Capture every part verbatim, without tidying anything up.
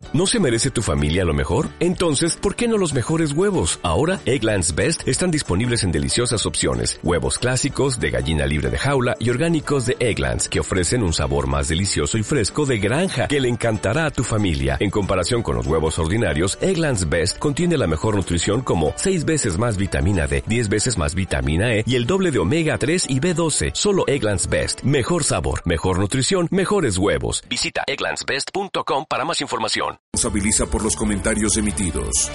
¿No se merece tu familia lo mejor? Entonces, ¿por qué no los mejores huevos? Ahora, Eggland's Best están disponibles en deliciosas opciones. Huevos clásicos, de gallina libre de jaula y orgánicos de Eggland's, que ofrecen un sabor más delicioso y fresco de granja, que le encantará a tu familia. En comparación con los huevos ordinarios, Eggland's Best contiene la mejor nutrición como seis veces más vitamina D, diez veces más vitamina E y el doble de omega tres y B doce. Solo Eggland's Best. Mejor sabor, mejor nutrición, mejores huevos. Visita egglands best punto com para más información. Responsabiliza por los comentarios emitidos.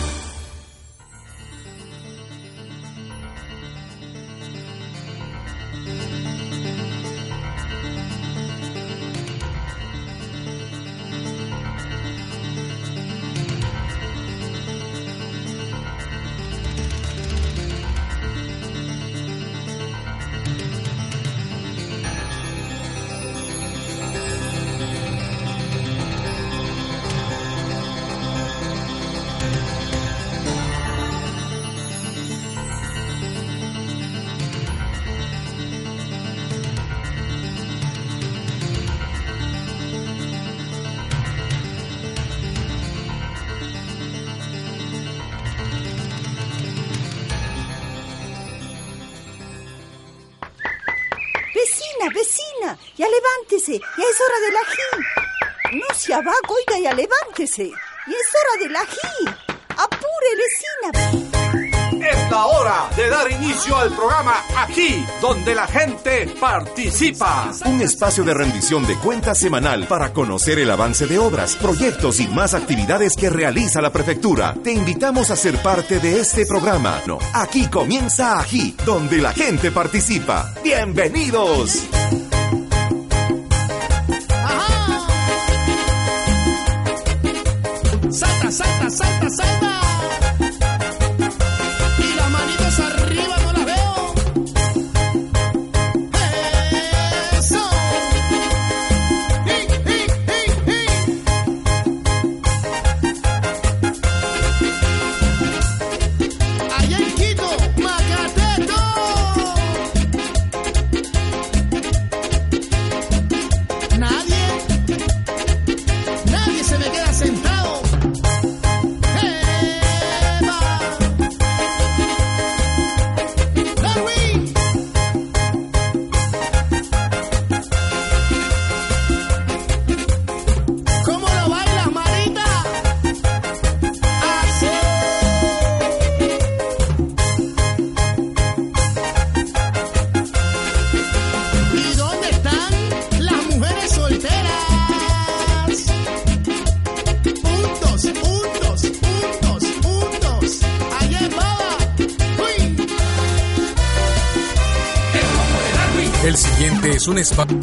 Vecina, ya levántese, ya es hora del ají. No se abaca, oiga, ya levántese. Ya es hora del ají. Apure, vecina. Es la hora de dar inicio al programa Aquí, donde la gente participa. Un espacio de rendición de cuentas semanal para conocer el avance de obras, proyectos y más actividades que realiza la prefectura. Te invitamos a ser parte de este programa. No, aquí comienza Ají, donde la gente participa. ¡Bienvenidos! ¡Ajá! ¡Salta, salta, salta, salta! Arriba no las veo. Eso. Hey, hey, hey, hey. Allá en Quito, Macateto. Nadie, nadie se me queda sentado. El siguiente es un espacio.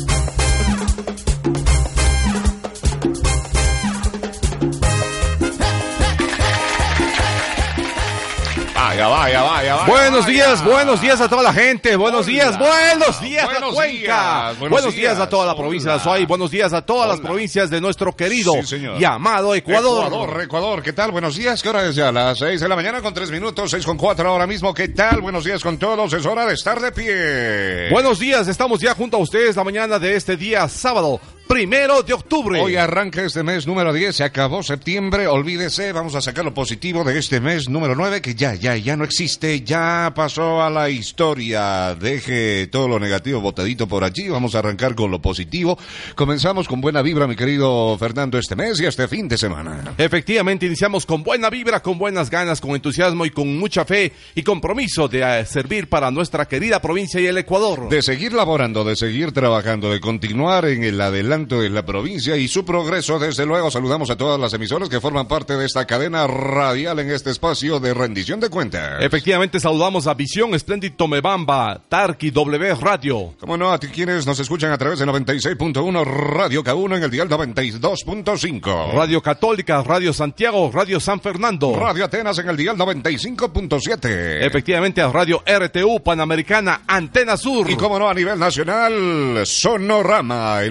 Vaya, vaya, vaya, vaya. Buenos vaya. días, buenos días a toda la gente. Buenos Hola. días, buenos días buenos a Cuenca. Días, buenos, buenos días. días a toda la Hola. provincia de Azuay. Buenos días a todas Hola. las provincias de nuestro querido sí, y amado Ecuador. Ecuador, Ecuador. ¿Qué tal? Buenos días. ¿Qué hora es ya? Las seis de la mañana con tres minutos, seis con cuatro ahora mismo. ¿Qué tal? Buenos días con todos. Es hora de estar de pie. Buenos días. Estamos ya junto a ustedes la mañana de este día sábado. Primero de octubre. Hoy arranca este mes número diez, se acabó septiembre, olvídese, vamos a sacar lo positivo de este mes número nueve, que ya, ya, ya no existe, ya pasó a la historia. Deje todo lo negativo botadito por allí, vamos a arrancar con lo positivo. Comenzamos con buena vibra, mi querido Fernando, este mes y este fin de semana. Efectivamente, iniciamos con buena vibra, con buenas ganas, con entusiasmo y con mucha fe y compromiso de uh, servir para nuestra querida provincia y el Ecuador. De seguir laborando, de seguir trabajando, de continuar en el adelanto de la provincia y su progreso. Desde luego saludamos a todas las emisoras que forman parte de esta cadena radial en este espacio de rendición de cuentas. Efectivamente saludamos a Visión, Splendid Tomebamba, Tarqui, W Radio. Como no, a ti quienes nos escuchan a través de noventa y seis punto uno, Radio K uno en el dial noventa y dos punto cinco. Radio Católica, Radio Santiago, Radio San Fernando. Radio Atenas en el dial noventa y cinco punto siete. Efectivamente a Radio R T U Panamericana, Antena Sur. Y como no, a nivel nacional, Sonorama en la provincia de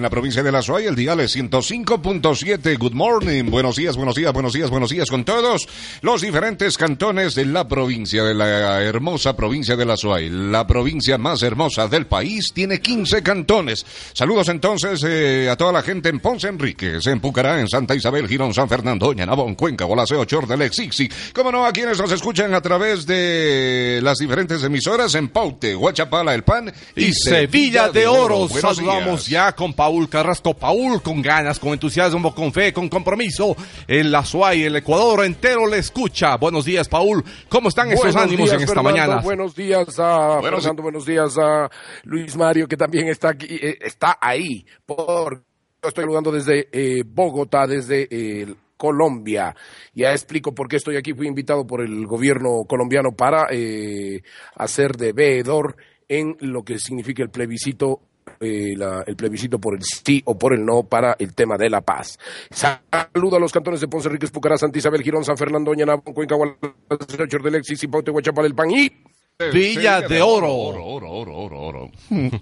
de la Azuay, el dial es ciento cinco punto siete. Good morning. Buenos días, buenos días, buenos días, buenos días con todos los diferentes cantones de la provincia, de la hermosa provincia de la Azuay. La provincia más hermosa del país tiene quince cantones. Saludos entonces eh, a toda la gente en Ponce Enríquez, en Pucará, en Santa Isabel, Girón, San Fernando, Ñanabón, Cuenca, Gualaceo, Chordelec, Sixi. Como no, a quienes nos escuchan a través de las diferentes emisoras en Paute, Huachapala, El Pan y, y Sevilla de Oro. Buenos Saludamos días. ya con Paul Carrasco. Paul, con ganas, con entusiasmo, con fe, con compromiso. El Azuay, el Ecuador entero le escucha. Buenos días, Paul. ¿Cómo están esos Buenos ánimos días, en esta Fernando. mañana? Buenos días a Buenos Fernando, buenos días a Luis Mario, que también está aquí, eh, está ahí. Por, yo estoy saludando desde eh, Bogotá, desde eh, Colombia. Ya explico por qué estoy aquí. Fui invitado por el gobierno colombiano para eh, hacer de veedor en lo que significa el plebiscito. Eh, la, el plebiscito por el sí o por el no para el tema de la paz. Saludo a los cantones de Ponce Enríquez, Pucará, Santa Isabel, Girón, San Fernando, Ñanabón, Cuenca, Gualaceo, Chordelec, Sixi, Paute, Huachapala, El Pan y Villa de Oro. Oro, oro, oro, oro, oro.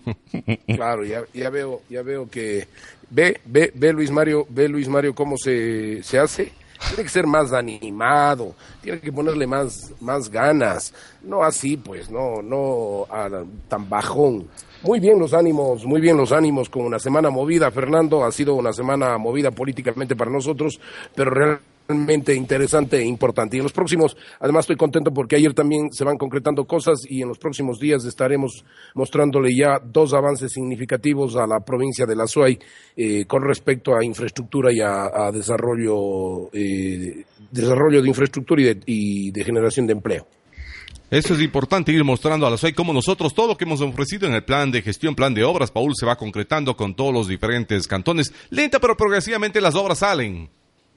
claro, ya, ya veo, ya veo que ve, ve, ve Luis Mario, ve Luis Mario cómo se, se hace. Tiene que ser más animado, tiene que ponerle más, más ganas, no así pues, no, no a, tan bajón. Muy bien los ánimos, muy bien los ánimos con una semana movida, Fernando, ha sido una semana movida políticamente para nosotros, pero realmente interesante e importante. Y en los próximos, además estoy contento porque ayer también se van concretando cosas y en los próximos días estaremos mostrándole ya dos avances significativos a la provincia de la Azuay eh, con respecto a infraestructura y a, a desarrollo, eh, desarrollo de infraestructura y de, y de generación de empleo. Eso es importante, ir mostrando a la Azuay como nosotros todo lo que hemos ofrecido en el plan de gestión, plan de obras, Paul, se va concretando con todos los diferentes cantones. Lenta pero progresivamente las obras salen.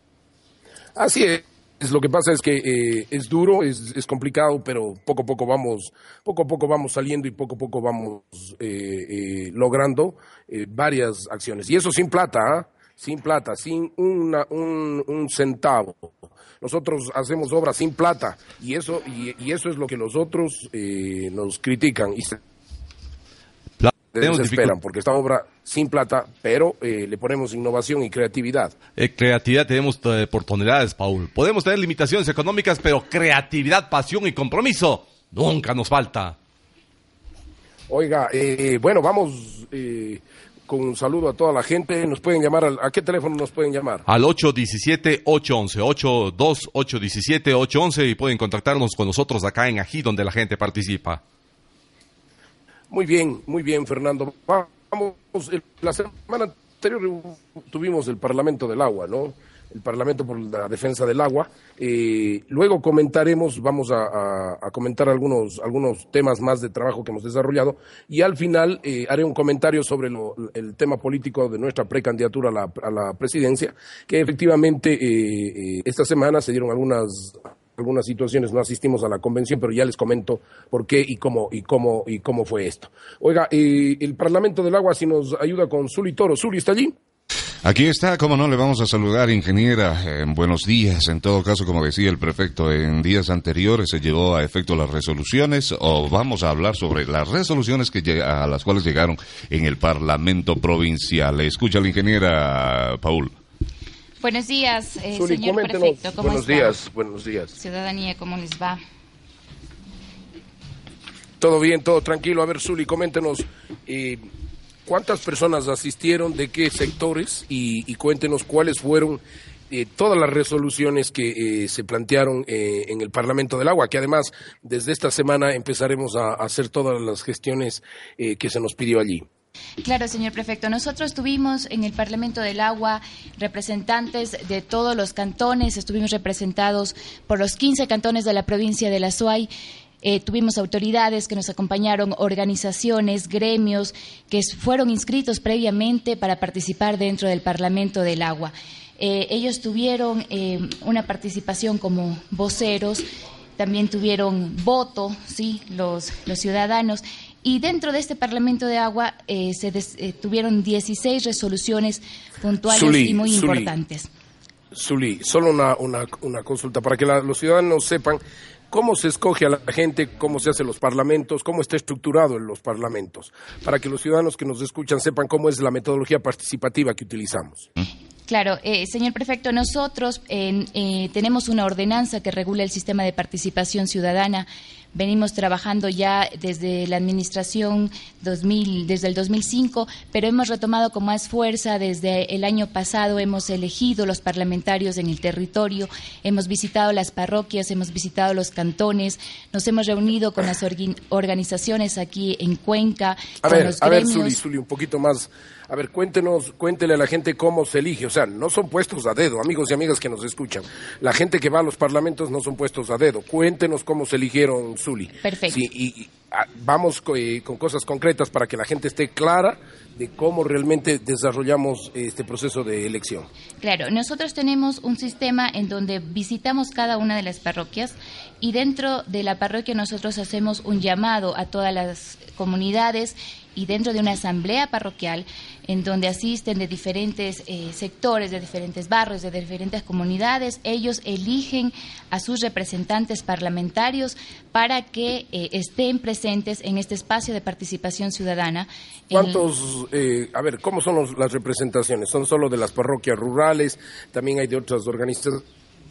Así es. Lo que pasa es que eh, es duro, es, es complicado, pero poco a poco vamos, poco a poco vamos saliendo y poco a poco vamos eh, eh, logrando eh, varias acciones. Y eso sin plata, ¿eh? Sin plata, sin una, un, un centavo. Nosotros hacemos obras sin plata y eso y, y eso es lo que los otros eh, nos critican y se desesperan porque esta obra sin plata, pero eh, le ponemos innovación y creatividad. Eh, creatividad tenemos eh, por toneladas, Paul. Podemos tener limitaciones económicas, pero creatividad, pasión y compromiso nunca nos falta. Oiga, eh, bueno, vamos... Eh, con un saludo a toda la gente. Nos pueden llamar, al, ¿a qué teléfono nos pueden llamar? Al ocho uno siete, ocho uno uno, ocho dos ocho uno siete, ocho uno uno y pueden contactarnos con nosotros acá en Ají, donde la gente participa. Muy bien, muy bien, Fernando. Vamos, la semana anterior tuvimos el Parlamento del Agua, ¿no? El Parlamento por la Defensa del Agua. Eh, luego comentaremos, vamos a, a, a comentar algunos, algunos temas más de trabajo que hemos desarrollado y al final eh, haré un comentario sobre lo, el tema político de nuestra precandidatura a la, a la presidencia, que efectivamente eh, eh, esta semana se dieron algunas algunas situaciones, no asistimos a la convención, pero ya les comento por qué y cómo y cómo y cómo fue esto. Oiga, eh, el Parlamento del Agua si nos ayuda con Zuli Toro. Zuli, ¿está allí? Aquí está, como no, le vamos a saludar, ingeniera, eh, buenos días. En todo caso, como decía el prefecto, en días anteriores se llevó a efecto las resoluciones, o vamos a hablar sobre las resoluciones que a las cuales llegaron en el Parlamento Provincial. Escucha la ingeniera, Paul. Buenos días, eh, Zuli, señor coméntenos. prefecto, ¿cómo Buenos está? días, buenos días. Ciudadanía, ¿cómo les va? Todo bien, todo tranquilo. A ver, Zuli, coméntenos, eh, ¿cuántas personas asistieron, de qué sectores? Y, y cuéntenos cuáles fueron eh, todas las resoluciones que eh, se plantearon eh, en el Parlamento del Agua, que además desde esta semana empezaremos a, a hacer todas las gestiones eh, que se nos pidió allí. Claro, señor prefecto. Nosotros tuvimos en el Parlamento del Agua representantes de todos los cantones, estuvimos representados por los quince cantones de la provincia de la Azuay. Eh, tuvimos autoridades que nos acompañaron, organizaciones, gremios que fueron inscritos previamente para participar dentro del Parlamento del Agua. Eh, ellos tuvieron eh, una participación como voceros, también tuvieron voto, sí, los, los ciudadanos. Y dentro de este Parlamento de Agua eh, se des, eh, tuvieron dieciséis resoluciones puntuales Zuli, y muy Zuli, importantes. Zuli, solo una, una, una consulta para que la, los ciudadanos sepan. cómo se escoge a la gente, cómo se hacen los parlamentos, cómo está estructurado en los parlamentos, para que los ciudadanos que nos escuchan sepan cómo es la metodología participativa que utilizamos. Claro, eh, señor prefecto, nosotros eh, eh, tenemos una ordenanza que regula el sistema de participación ciudadana. Venimos trabajando ya desde la administración dos mil, desde el dos mil cinco, pero hemos retomado con más fuerza desde el año pasado. Hemos elegido los parlamentarios en el territorio, hemos visitado las parroquias, hemos visitado los cantones, nos hemos reunido con las orgi- organizaciones aquí en Cuenca, a con ver, los a ver, gremios. Zuli, Zuli, un poquito más. A ver, cuéntenos, cuéntele a la gente cómo se elige. O sea, no son puestos a dedo, amigos y amigas que nos escuchan. La gente que va a los parlamentos no son puestos a dedo. Cuéntenos cómo se eligieron, Zuli. Perfecto. Sí, y, y a, vamos co, eh, con cosas concretas para que la gente esté clara de cómo realmente desarrollamos este proceso de elección. Claro, nosotros tenemos un sistema en donde visitamos cada una de las parroquias y dentro de la parroquia nosotros hacemos un llamado a todas las comunidades y dentro de una asamblea parroquial en donde asisten de diferentes eh, sectores, de diferentes barrios, de diferentes comunidades, ellos eligen a sus representantes parlamentarios para que eh, estén presentes en este espacio de participación ciudadana. ¿Cuántos, eh, a ver, cómo son los, las representaciones? ¿Son solo de las parroquias rurales? ¿También hay de otras organizaciones?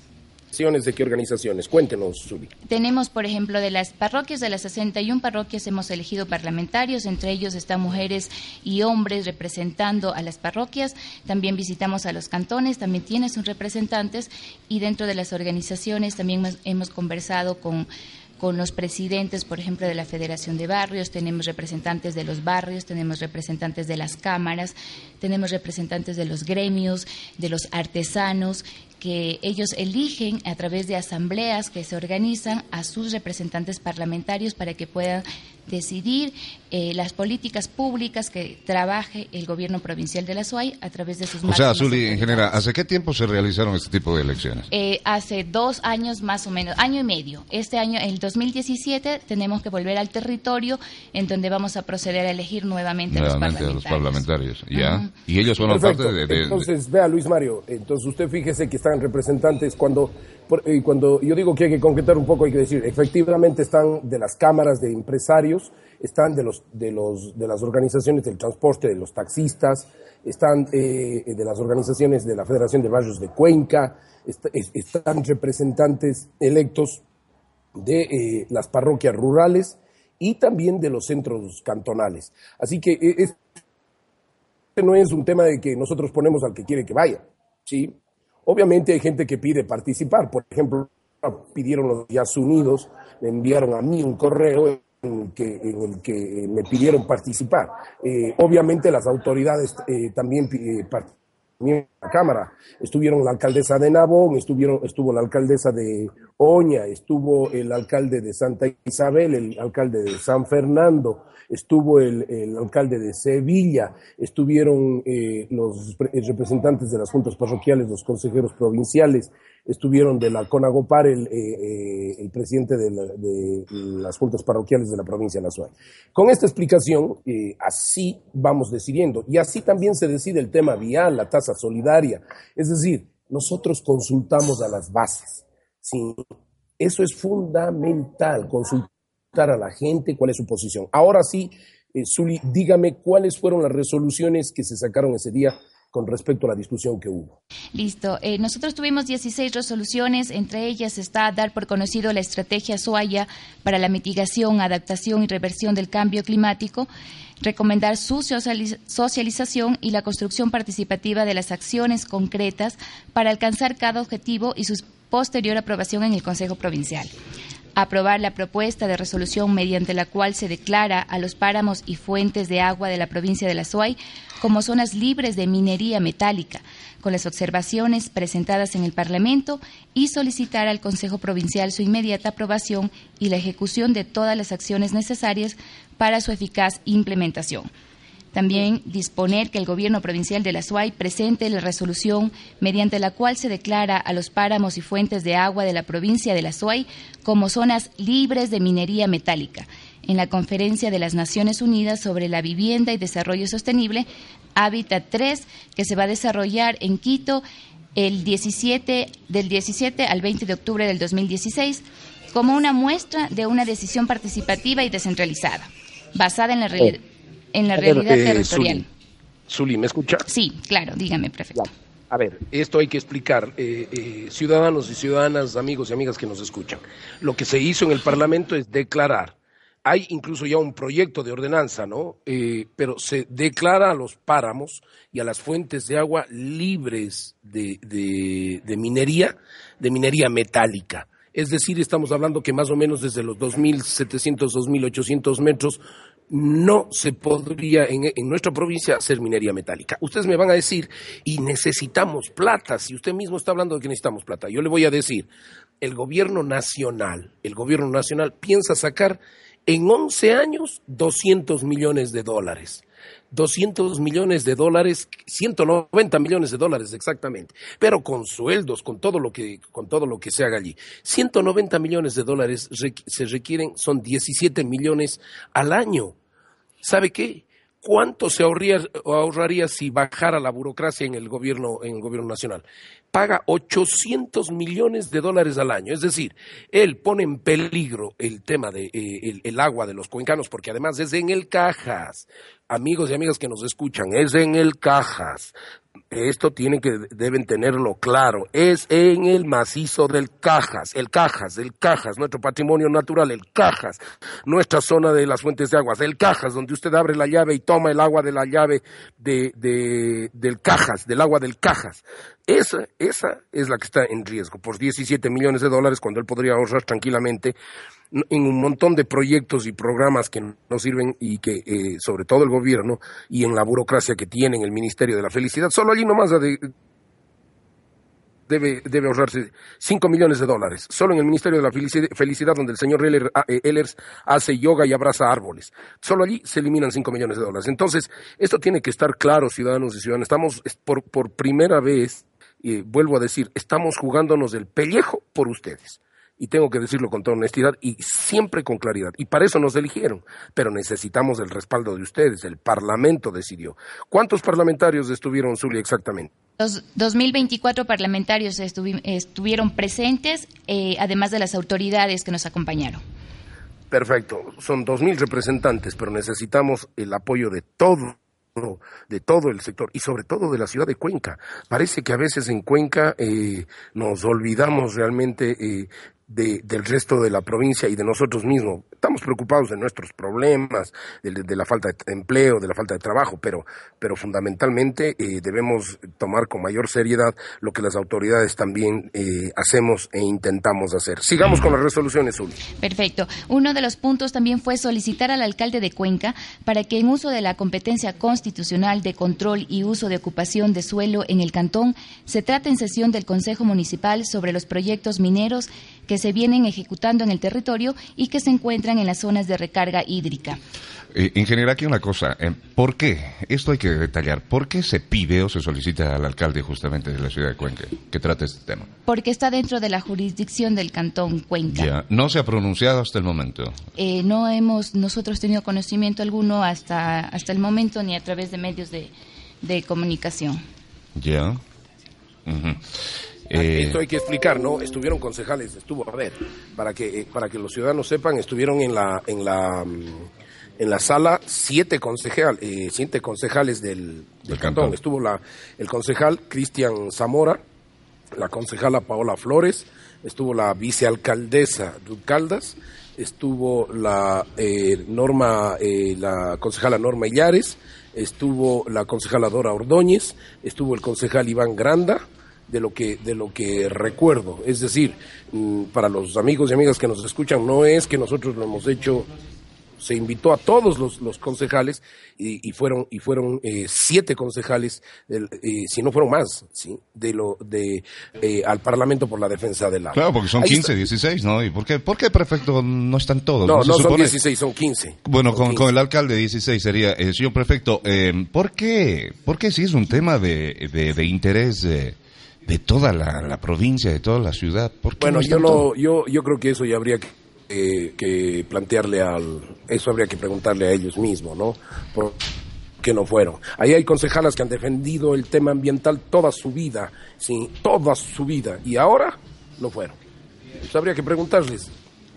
¿De qué organizaciones? Cuéntenos, Zuli. Tenemos, por ejemplo, de las parroquias, de las sesenta y una parroquias hemos elegido parlamentarios, entre ellos están mujeres y hombres representando a las parroquias. También visitamos a los cantones, también tienen sus representantes, y dentro de las organizaciones también hemos, hemos conversado con con los presidentes, por ejemplo, de la Federación de Barrios, tenemos representantes de los barrios, tenemos representantes de las cámaras, tenemos representantes de los gremios, de los artesanos, que ellos eligen a través de asambleas que se organizan a sus representantes parlamentarios para que puedan decidir eh, las políticas públicas que trabaje el gobierno provincial de la SUAY a través de sus O sea, máximas Zuli, en autoridades. general, ¿hace qué tiempo se realizaron este tipo de elecciones? Eh, hace dos años más o menos, año y medio. Este año, el dos mil diecisiete, tenemos que volver al territorio en donde vamos a proceder a elegir nuevamente, Nuevamente a a los los parlamentarios. parlamentarios, ¿ya? Ujú. Y ellos forman Perfecto. parte de... de- de- Entonces, vea, Luis Mario, entonces usted fíjese que están representantes cuando, por- y cuando yo digo que hay que concretar un poco, hay que decir, efectivamente están de las cámaras de empresarios, están de los de los de las organizaciones del transporte, de los taxistas, están eh, de las organizaciones de la Federación de Barrios de Cuenca, est- es- están representantes electos de eh, las parroquias rurales y también de los centros cantonales. Así que eh, es, este no es un tema de que nosotros ponemos al que quiere que vaya, ¿sí? Obviamente hay gente que pide participar. Por ejemplo, pidieron los Días Unidos, me enviaron a mí un correo en el que, en el que me pidieron participar. Eh, obviamente las autoridades eh, también eh, participaron en la Cámara. Estuvieron la alcaldesa de Nabón, estuvieron, estuvo la alcaldesa de Oña, estuvo el alcalde de Santa Isabel, el alcalde de San Fernando, estuvo el, el alcalde de Sevilla, estuvieron eh, los representantes de las juntas parroquiales, los consejeros provinciales, estuvieron de la CONAGOPAR el, eh, eh, el presidente de, la, de las juntas parroquiales de la provincia de la SUAY. Con esta explicación, eh, así vamos decidiendo, y así también se decide el tema vial, la tasa solidaria, es decir, nosotros consultamos a las bases, ¿sí? Eso es fundamental, consultar a la gente cuál es su posición. Ahora sí, eh, Zuli, dígame cuáles fueron las resoluciones que se sacaron ese día con respecto a la discusión que hubo. Listo. Eh, nosotros tuvimos dieciséis resoluciones, entre ellas está dar por conocido la estrategia SUAYA para la mitigación, adaptación y reversión del cambio climático, recomendar su socializ- socialización y la construcción participativa de las acciones concretas para alcanzar cada objetivo y su posterior aprobación en el Consejo Provincial. Aprobar la propuesta de resolución mediante la cual se declara a los páramos y fuentes de agua de la provincia de la SUAY como zonas libres de minería metálica, con las observaciones presentadas en el Parlamento, y solicitar al Consejo Provincial su inmediata aprobación y la ejecución de todas las acciones necesarias para su eficaz implementación. También disponer que el Gobierno Provincial de la SUAY presente la resolución mediante la cual se declara a los páramos y fuentes de agua de la provincia de la SUAY como zonas libres de minería metálica en la Conferencia de las Naciones Unidas sobre la Vivienda y Desarrollo Sostenible, Hábitat tres, que se va a desarrollar en Quito el diecisiete, del diecisiete al veinte de octubre del dos mil dieciséis. como una muestra de una decisión participativa y descentralizada, basada en la, reali- en la A ver, realidad eh, territorial. Zuli, Zuli, ¿me escucha? Sí, claro, dígame, prefecto. Ya. A ver, esto hay que explicar, eh, eh, ciudadanos y ciudadanas, amigos y amigas que nos escuchan. Lo que se hizo en el Parlamento es declarar. Hay incluso ya un proyecto de ordenanza, ¿no? Eh, pero se declara a los páramos y a las fuentes de agua libres de, de, de minería, de minería metálica. Es decir, estamos hablando que más o menos desde los dos mil setecientos, dos mil ochocientos metros no se podría en, en nuestra provincia hacer minería metálica. Ustedes me van a decir, y necesitamos plata, si usted mismo está hablando de que necesitamos plata. Yo le voy a decir, el gobierno nacional, el gobierno nacional piensa sacar en once años doscientos millones de dólares. doscientos millones de dólares, ciento noventa millones de dólares exactamente, pero con sueldos, con todo lo que, con todo lo que se haga allí. ciento noventa millones de dólares requ- se requieren, son diecisiete millones al año. ¿Sabe qué? ¿Cuánto se ahorraría, ahorraría si bajara la burocracia en el gobierno, en el gobierno nacional? Paga ochocientos millones de dólares al año. Es decir, él pone en peligro el tema de eh, el, el agua de los cuencanos, porque además es en el Cajas. Amigos y amigas que nos escuchan, es en el Cajas. Esto tienen que, deben tenerlo claro. Es en el macizo del Cajas, el Cajas, el Cajas, nuestro patrimonio natural, el Cajas, nuestra zona de las fuentes de aguas, el Cajas, donde usted abre la llave y toma el agua de la llave de, de, del Cajas, del agua del Cajas. Esa, esa es la que está en riesgo, por diecisiete millones de dólares, cuando él podría ahorrar tranquilamente en un montón de proyectos y programas que no sirven y que, eh, sobre todo el gobierno, y en la burocracia que tiene en el Ministerio de la Felicidad, solo allí nomás de, debe, debe ahorrarse cinco millones de dólares, solo en el Ministerio de la Felicidad, Felicidad donde el señor Heller, eh, Ehlers hace yoga y abraza árboles. Solo allí se eliminan cinco millones de dólares. Entonces, esto tiene que estar claro, ciudadanos y ciudadanas. Estamos por, por primera vez, eh, vuelvo a decir, estamos jugándonos el pellejo por ustedes. Y tengo que decirlo con toda honestidad y siempre con claridad. Y para eso nos eligieron. Pero necesitamos el respaldo de ustedes. El Parlamento decidió. ¿Cuántos parlamentarios estuvieron, Zulia, exactamente? Los dos mil veinticuatro parlamentarios estuvi- estuvieron presentes, eh, además de las autoridades que nos acompañaron. Perfecto. Son dos mil representantes, pero necesitamos el apoyo de todo. de todo el sector y sobre todo de la ciudad de Cuenca. Parece que a veces en Cuenca eh, nos olvidamos realmente eh, de, del resto de la provincia y de nosotros mismos. Estamos preocupados de nuestros problemas, de, de la falta de empleo, de la falta de trabajo, pero, pero fundamentalmente eh, debemos tomar con mayor seriedad lo que las autoridades también eh, hacemos e intentamos hacer. Sigamos con las resoluciones, Uli. Perfecto. Uno de los puntos también fue solicitar al alcalde de Cuenca para que en uso de la competencia constitucional de control y uso de ocupación de suelo en el cantón se trate en sesión del Consejo Municipal sobre los proyectos mineros que se vienen ejecutando en el territorio y que se encuentran en las zonas de recarga hídrica. Eh, ingeniera, aquí una cosa. Eh, ¿Por qué? Esto hay que detallar. ¿Por qué se pide o se solicita al alcalde justamente de la ciudad de Cuenca que trate este tema? Porque está dentro de la jurisdicción del cantón Cuenca. Ya. ¿No se ha pronunciado hasta el momento? Eh, no hemos nosotros tenido conocimiento alguno hasta, hasta el momento ni a través de medios de, de comunicación. Ya. Uh-huh. Eh... Esto hay que explicar, ¿no? Estuvieron concejales, estuvo, a ver, para que eh, para que los ciudadanos sepan, estuvieron en la en la en la sala siete concejal, eh, siete concejales del, del cantón. cantón. Estuvo la el concejal Cristian Zamora, la concejala Paola Flores, estuvo la vicealcaldesa Ruth Caldas, estuvo la eh, Norma, eh, la concejala Norma Illares, estuvo la concejala Dora Ordóñez, estuvo el concejal Iván Granda, de lo que de lo que recuerdo. Es decir, para los amigos y amigas que nos escuchan, no es que nosotros lo hemos hecho, se invitó a todos los, los concejales y, y fueron y fueron eh, siete concejales, eh, si no fueron más, sí, de lo de eh, al Parlamento por la defensa del agua. Claro, porque son Ahí quince, está. dieciséis, ¿no? ¿Y por qué, por qué, prefecto, no están todos? No, no, se no son supone... dieciséis, son quince. Bueno, son con, quince. con el alcalde dieciséis sería, eh, señor prefecto, eh, ¿por qué, por qué si es un tema de, de, de interés eh, de toda la, la provincia, de toda la ciudad? ¿Por qué Bueno, no yo están no, todos? yo yo creo que eso ya habría que, eh, que plantearle al, eso habría que preguntarle a ellos mismos, ¿no? ¿Por qué no fueron? Ahí hay concejalas que han defendido el tema ambiental toda su vida, sí, toda su vida, y ahora no fueron. Eso habría que preguntarles.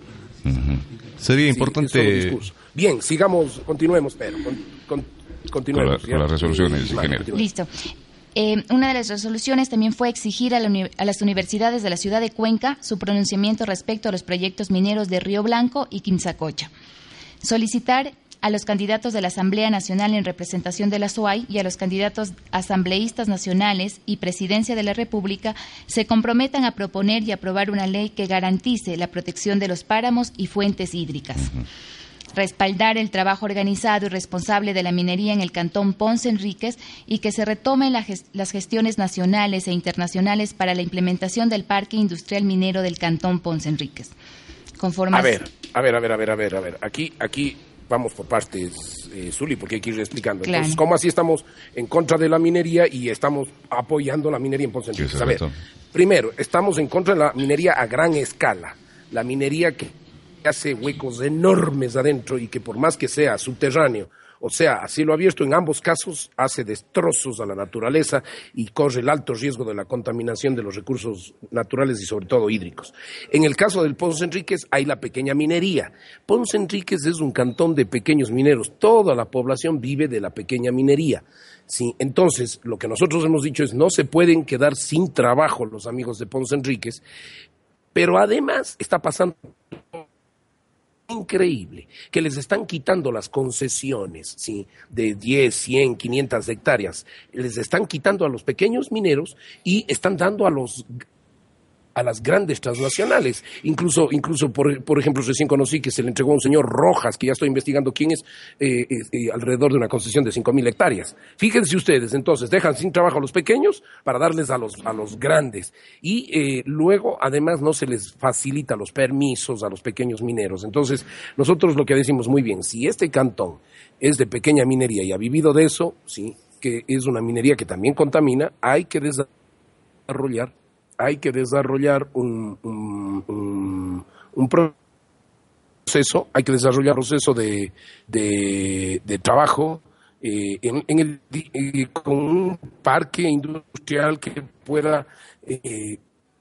Sería Sí, importante... es solo discurso. Bien, sigamos, continuemos, pero con, con, continuemos. Con, la, con las resoluciones, eh, ingeniero. Listo. Eh, una de las resoluciones también fue exigir a, la uni- a las universidades de la ciudad de Cuenca su pronunciamiento respecto a los proyectos mineros de Río Blanco y Quimsacocha. Solicitar a los candidatos de la Asamblea Nacional en representación de la S O A I y a los candidatos asambleístas nacionales y Presidencia de la República se comprometan a proponer y aprobar una ley que garantice la protección de los páramos y fuentes hídricas. Uh-huh. Respaldar el trabajo organizado y responsable de la minería en el cantón Ponce Enríquez y que se retomen la gest- las gestiones nacionales e internacionales para la implementación del Parque Industrial Minero del cantón Ponce Enríquez. Conforme a ver, a ver, a ver, a ver, a ver, a ver. Aquí, aquí vamos por partes, eh, Zuli, porque hay que ir explicando. Claro. Entonces, ¿cómo así estamos en contra de la minería y estamos apoyando la minería en Ponce Enríquez? A ver, primero, estamos en contra de la minería a gran escala. La minería que hace huecos enormes adentro y que por más que sea subterráneo, o sea, a cielo abierto, en ambos casos hace destrozos a la naturaleza y corre el alto riesgo de la contaminación de los recursos naturales y sobre todo hídricos. En el caso del Ponce Enríquez hay la pequeña minería. Ponce Enríquez es un cantón de pequeños mineros, toda la población vive de la pequeña minería. Sí, entonces, lo que nosotros hemos dicho es no se pueden quedar sin trabajo los amigos de Ponce Enríquez, pero además está pasando increíble, que les están quitando las concesiones, ¿sí? De diez, cien, quinientas hectáreas, les están quitando a los pequeños mineros y están dando a los a las grandes transnacionales. Incluso, incluso por, por ejemplo, recién conocí que se le entregó a un señor Rojas, que ya estoy investigando quién es, eh, eh, eh, alrededor de una concesión de cinco mil hectáreas. Fíjense ustedes, entonces, dejan sin trabajo a los pequeños para darles a los, a los grandes. Y eh, luego, además, no se les facilita los permisos a los pequeños mineros. Entonces, nosotros lo que decimos muy bien, si este cantón es de pequeña minería y ha vivido de eso, sí, que es una minería que también contamina, hay que desarrollar hay que desarrollar un, un, un, un proceso, hay que desarrollar un proceso de, de, de trabajo eh, en, en el, eh, con un parque industrial que pueda eh,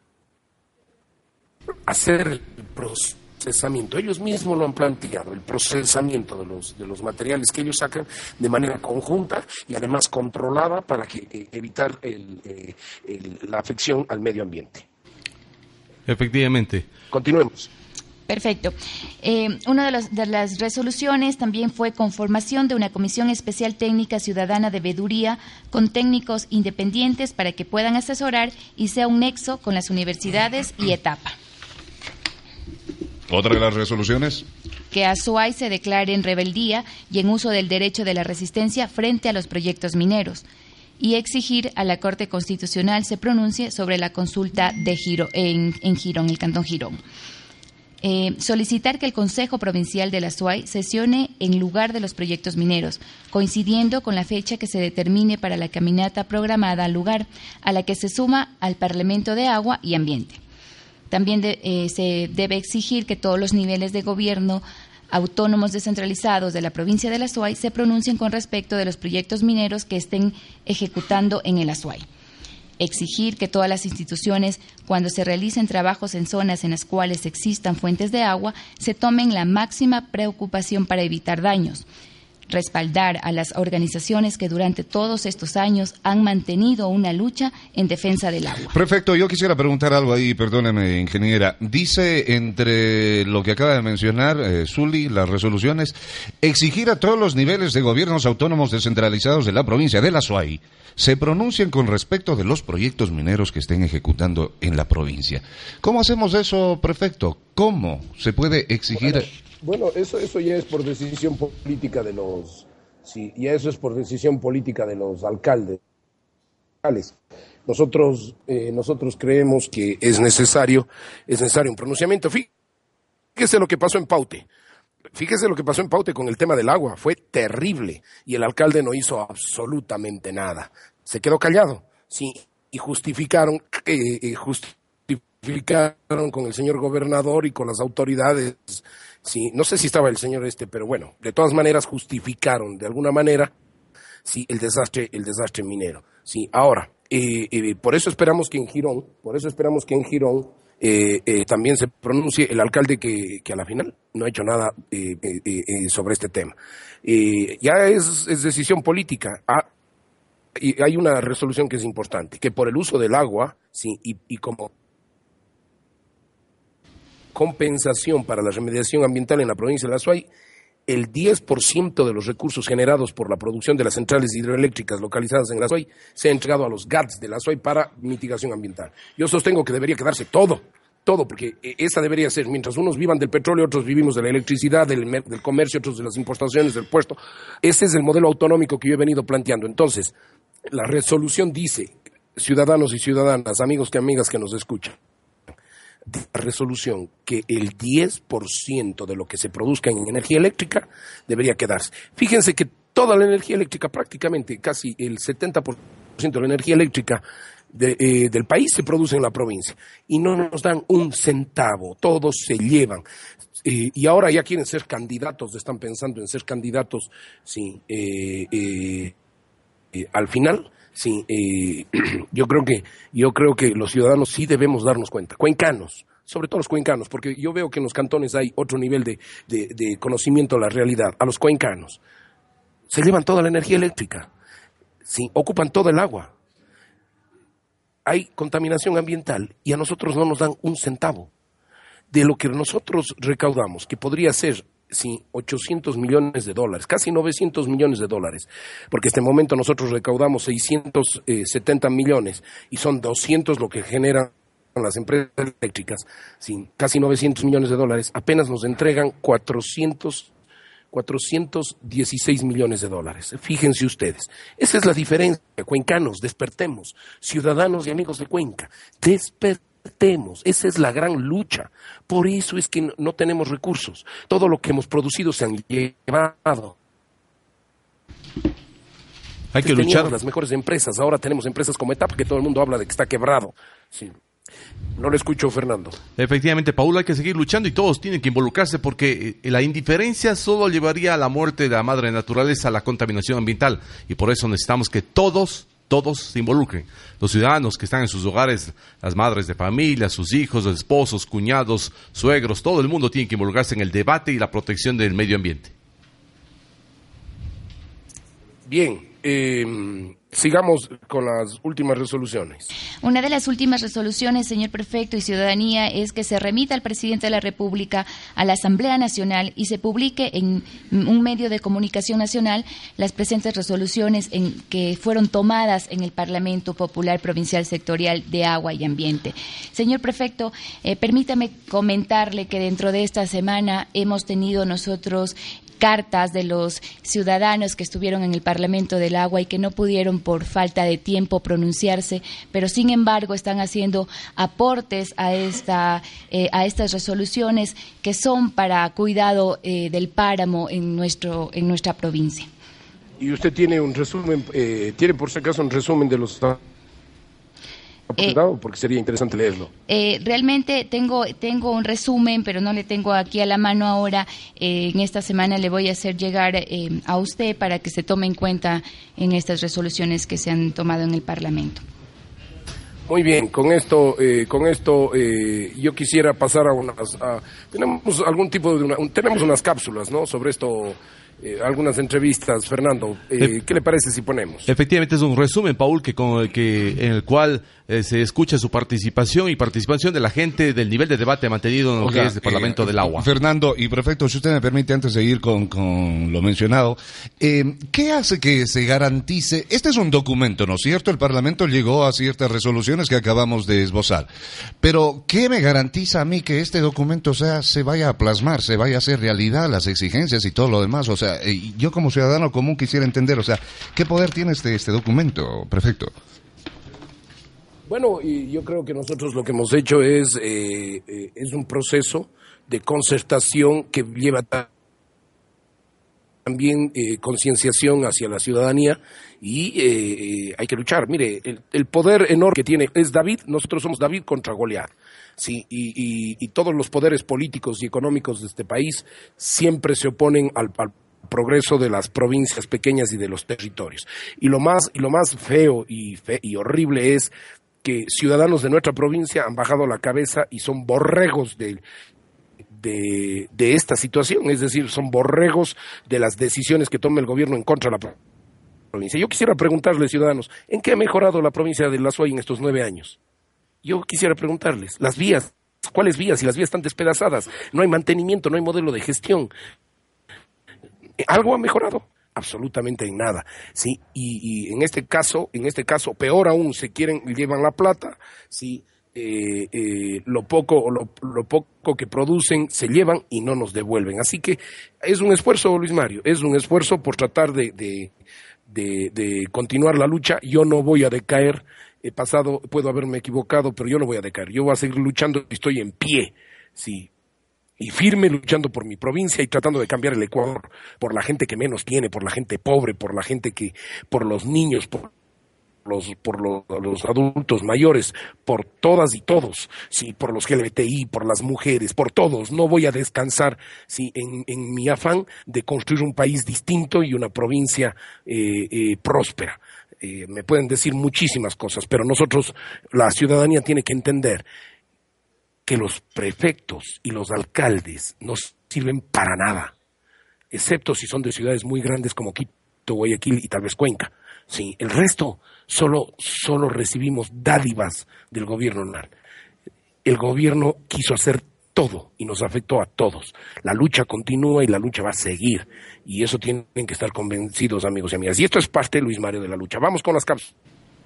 hacer el procesamiento. Ellos mismos lo han planteado, el procesamiento de los, de los materiales que ellos sacan de manera conjunta y además controlada para que, eh, evitar el, eh, el, la afección al medio ambiente. Efectivamente. Continuemos. Perfecto. Eh, una de, los, de las resoluciones también fue conformación de una Comisión Especial Técnica Ciudadana de Veeduría con técnicos independientes para que puedan asesorar y sea un nexo con las universidades y etapa. ¿Otra de las resoluciones? Que a S O A I se declare en rebeldía y en uso del derecho de la resistencia frente a los proyectos mineros y exigir a la Corte Constitucional se pronuncie sobre la consulta de Giro, en, en Girón, el Cantón Girón. Eh, solicitar que el Consejo Provincial de la S O A I sesione en lugar de los proyectos mineros, coincidiendo con la fecha que se determine para la caminata programada al lugar, a la que se suma al Parlamento de Agua y Ambiente. También de, eh, se debe exigir que todos los niveles de gobierno autónomos descentralizados de la provincia de la S O A I se pronuncien con respecto de los proyectos mineros que estén ejecutando en el S O A I. Exigir que todas las instituciones, cuando se realicen trabajos en zonas en las cuales existan fuentes de agua, se tomen la máxima preocupación para evitar daños. Respaldar a las organizaciones que durante todos estos años han mantenido una lucha en defensa del agua. Perfecto, yo quisiera preguntar algo ahí, perdóneme, ingeniera. Dice, entre lo que acaba de mencionar, eh, Zuli, las resoluciones, exigir a todos los niveles de gobiernos autónomos descentralizados de la provincia de la S O A I se pronuncien con respecto de los proyectos mineros que estén ejecutando en la provincia. ¿Cómo hacemos eso, prefecto? ¿Cómo se puede exigir? Bueno, bueno eso, eso ya es por decisión política de los, sí, ya eso es por decisión política de los alcaldes. Nosotros, eh, nosotros creemos que es necesario, es necesario un pronunciamiento. Fíjese lo que pasó en Paute. Fíjese lo que pasó en Paute con el tema del agua, fue terrible y el alcalde no hizo absolutamente nada, se quedó callado, sí, y justificaron, eh, eh, justificaron con el señor gobernador y con las autoridades, sí, no sé si estaba el señor este, pero bueno, de todas maneras justificaron de alguna manera, sí, el desastre, el desastre minero, sí, ahora, eh, eh, por eso esperamos que en Girón, por eso esperamos que en Girón eh, eh, también se pronuncie el alcalde que, que a la final no ha hecho nada eh, eh, eh, sobre este tema. Eh, ya es, es decisión política. Ah, y hay una resolución que es importante, que por el uso del agua, sí, y, y como compensación para la remediación ambiental en la provincia de la Azuay, el diez por ciento de los recursos generados por la producción de las centrales hidroeléctricas localizadas en la Azuay se ha entregado a los G A Ts de la Azuay para mitigación ambiental. Yo sostengo que debería quedarse todo, todo, porque esa debería ser, mientras unos vivan del petróleo, otros vivimos de la electricidad, del, del comercio, otros de las importaciones, del puesto. Ese es el modelo autonómico que yo he venido planteando. Entonces, la resolución dice, ciudadanos y ciudadanas, amigos y amigas que nos escuchan, la resolución que el diez por ciento de lo que se produzca en energía eléctrica debería quedarse. Fíjense que toda la energía eléctrica, prácticamente casi el setenta por ciento de la energía eléctrica de, eh, del país se produce en la provincia y no nos dan un centavo, todos se llevan. Eh, y ahora ya quieren ser candidatos, están pensando en ser candidatos, sí, eh, eh, eh, al final. Sí, eh, yo creo que yo creo que los ciudadanos sí debemos darnos cuenta, cuencanos, sobre todo los cuencanos, porque yo veo que en los cantones hay otro nivel de, de, de conocimiento de la realidad. A los cuencanos se llevan toda la energía eléctrica, sí, ocupan todo el agua, hay contaminación ambiental y a nosotros no nos dan un centavo de lo que nosotros recaudamos, que podría ser sí, ochocientos millones de dólares, casi novecientos millones de dólares, porque en este momento nosotros recaudamos seiscientos setenta millones y son doscientos lo que generan las empresas eléctricas, sí, casi novecientos millones de dólares, apenas nos entregan cuatrocientos, cuatrocientos dieciséis millones de dólares. Fíjense ustedes, esa es la diferencia. Cuencanos, despertemos, ciudadanos y amigos de Cuenca, despertemos. Esa es la gran lucha. Por eso es que no, no tenemos recursos. Todo lo que hemos producido se han llevado. Hay que Teníamos luchar. las mejores empresas. Ahora tenemos empresas como Etap, que todo el mundo habla de que está quebrado. Sí. No lo escucho, Fernando. Efectivamente, Paul, hay que seguir luchando y todos tienen que involucrarse porque la indiferencia solo llevaría a la muerte de la madre naturaleza, a la contaminación ambiental. Y por eso necesitamos que todos... todos se involucren, los ciudadanos que están en sus hogares, las madres de familia, sus hijos, los esposos, cuñados, suegros, todo el mundo tiene que involucrarse en el debate y la protección del medio ambiente. Bien, eh, sigamos con las últimas resoluciones. Una de las últimas resoluciones, señor prefecto y ciudadanía, es que se remita al presidente de la República a la Asamblea Nacional y se publique en un medio de comunicación nacional las presentes resoluciones en que fueron tomadas en el Parlamento Popular Provincial Sectorial de Agua y Ambiente. Señor prefecto, eh, permítame comentarle que dentro de esta semana hemos tenido nosotros cartas de los ciudadanos que estuvieron en el Parlamento del Agua y que no pudieron por falta de tiempo pronunciarse, pero sin embargo están haciendo aportes a esta eh, a estas resoluciones que son para cuidado eh, del páramo en nuestro en nuestra provincia. Y usted tiene un resumen, eh, tiene por si acaso un resumen de los Eh, porque sería interesante leerlo. Eh, realmente tengo tengo un resumen, pero no le tengo aquí a la mano ahora. Eh, en esta semana le voy a hacer llegar eh, a usted para que se tome en cuenta en estas resoluciones que se han tomado en el Parlamento. Muy bien, con esto, eh, con esto eh, yo quisiera pasar a unas, a, tenemos algún tipo de una, un, tenemos unas cápsulas, ¿no? Sobre esto. Eh, algunas entrevistas, Fernando. Eh, ¿Qué le parece si ponemos? Efectivamente es un resumen, Paul, que con el que en el cual eh, se escucha su participación y participación de la gente del nivel de debate mantenido en lo o que sea, es el Parlamento eh, del Agua. Fernando y prefecto, si usted me permite, antes de ir con, con lo mencionado, eh, ¿qué hace que se garantice? Este es un documento, ¿no es cierto? El Parlamento llegó a ciertas resoluciones que acabamos de esbozar. Pero, ¿qué me garantiza a mí que este documento sea, se vaya a plasmar, se vaya a hacer realidad, las exigencias y todo lo demás? O sea, yo como ciudadano común quisiera entender, o sea, ¿qué poder tiene este, este documento, prefecto? Bueno, y yo creo que nosotros lo que hemos hecho es, eh, eh, es un proceso de concertación que lleva también eh, concienciación hacia la ciudadanía y eh, hay que luchar. Mire, el, el poder enorme que tiene es David, nosotros somos David contra Goliat. Sí, y, y, y todos los poderes políticos y económicos de este país siempre se oponen al, al progreso de las provincias pequeñas y de los territorios. Y lo más, y lo más feo y, fe, y horrible es que ciudadanos de nuestra provincia han bajado la cabeza y son borregos de, de, de esta situación, es decir, son borregos de las decisiones que toma el gobierno en contra de la provincia. Yo quisiera preguntarles, ciudadanos, ¿en qué ha mejorado la provincia de La Suay en estos nueve años? Yo quisiera preguntarles, las vías, ¿cuáles vías? Si las vías están despedazadas, no hay mantenimiento, no hay modelo de gestión. ¿Algo ha mejorado? Absolutamente en nada, sí, y, y en este caso, en este caso, peor aún, se quieren, llevan la plata, sí, eh, eh, lo poco, lo, lo poco que producen se llevan y no nos devuelven. Así que es un esfuerzo, Luis Mario, es un esfuerzo por tratar de, de, de, de continuar la lucha. Yo no voy a decaer, he pasado, puedo haberme equivocado, pero yo no voy a decaer, yo voy a seguir luchando y estoy en pie, sí. Y firme luchando por mi provincia y tratando de cambiar el Ecuador, por la gente que menos tiene, por la gente pobre, por la gente que, por los niños, por los, por los, los adultos mayores, por todas y todos, sí, por los L G B T I, por las mujeres, por todos. No voy a descansar, sí, en, en mi afán de construir un país distinto y una provincia eh, eh, próspera. Eh, me pueden decir muchísimas cosas, pero nosotros, la ciudadanía tiene que entender que los prefectos y los alcaldes no sirven para nada, excepto si son de ciudades muy grandes como Quito, Guayaquil y tal vez Cuenca. Sí, el resto solo, solo recibimos dádivas del gobierno nacional. El gobierno quiso hacer todo y nos afectó a todos. La lucha continúa y la lucha va a seguir. Y eso tienen que estar convencidos, amigos y amigas. Y esto es parte, Luis Mario, de la lucha. Vamos con las cápsulas.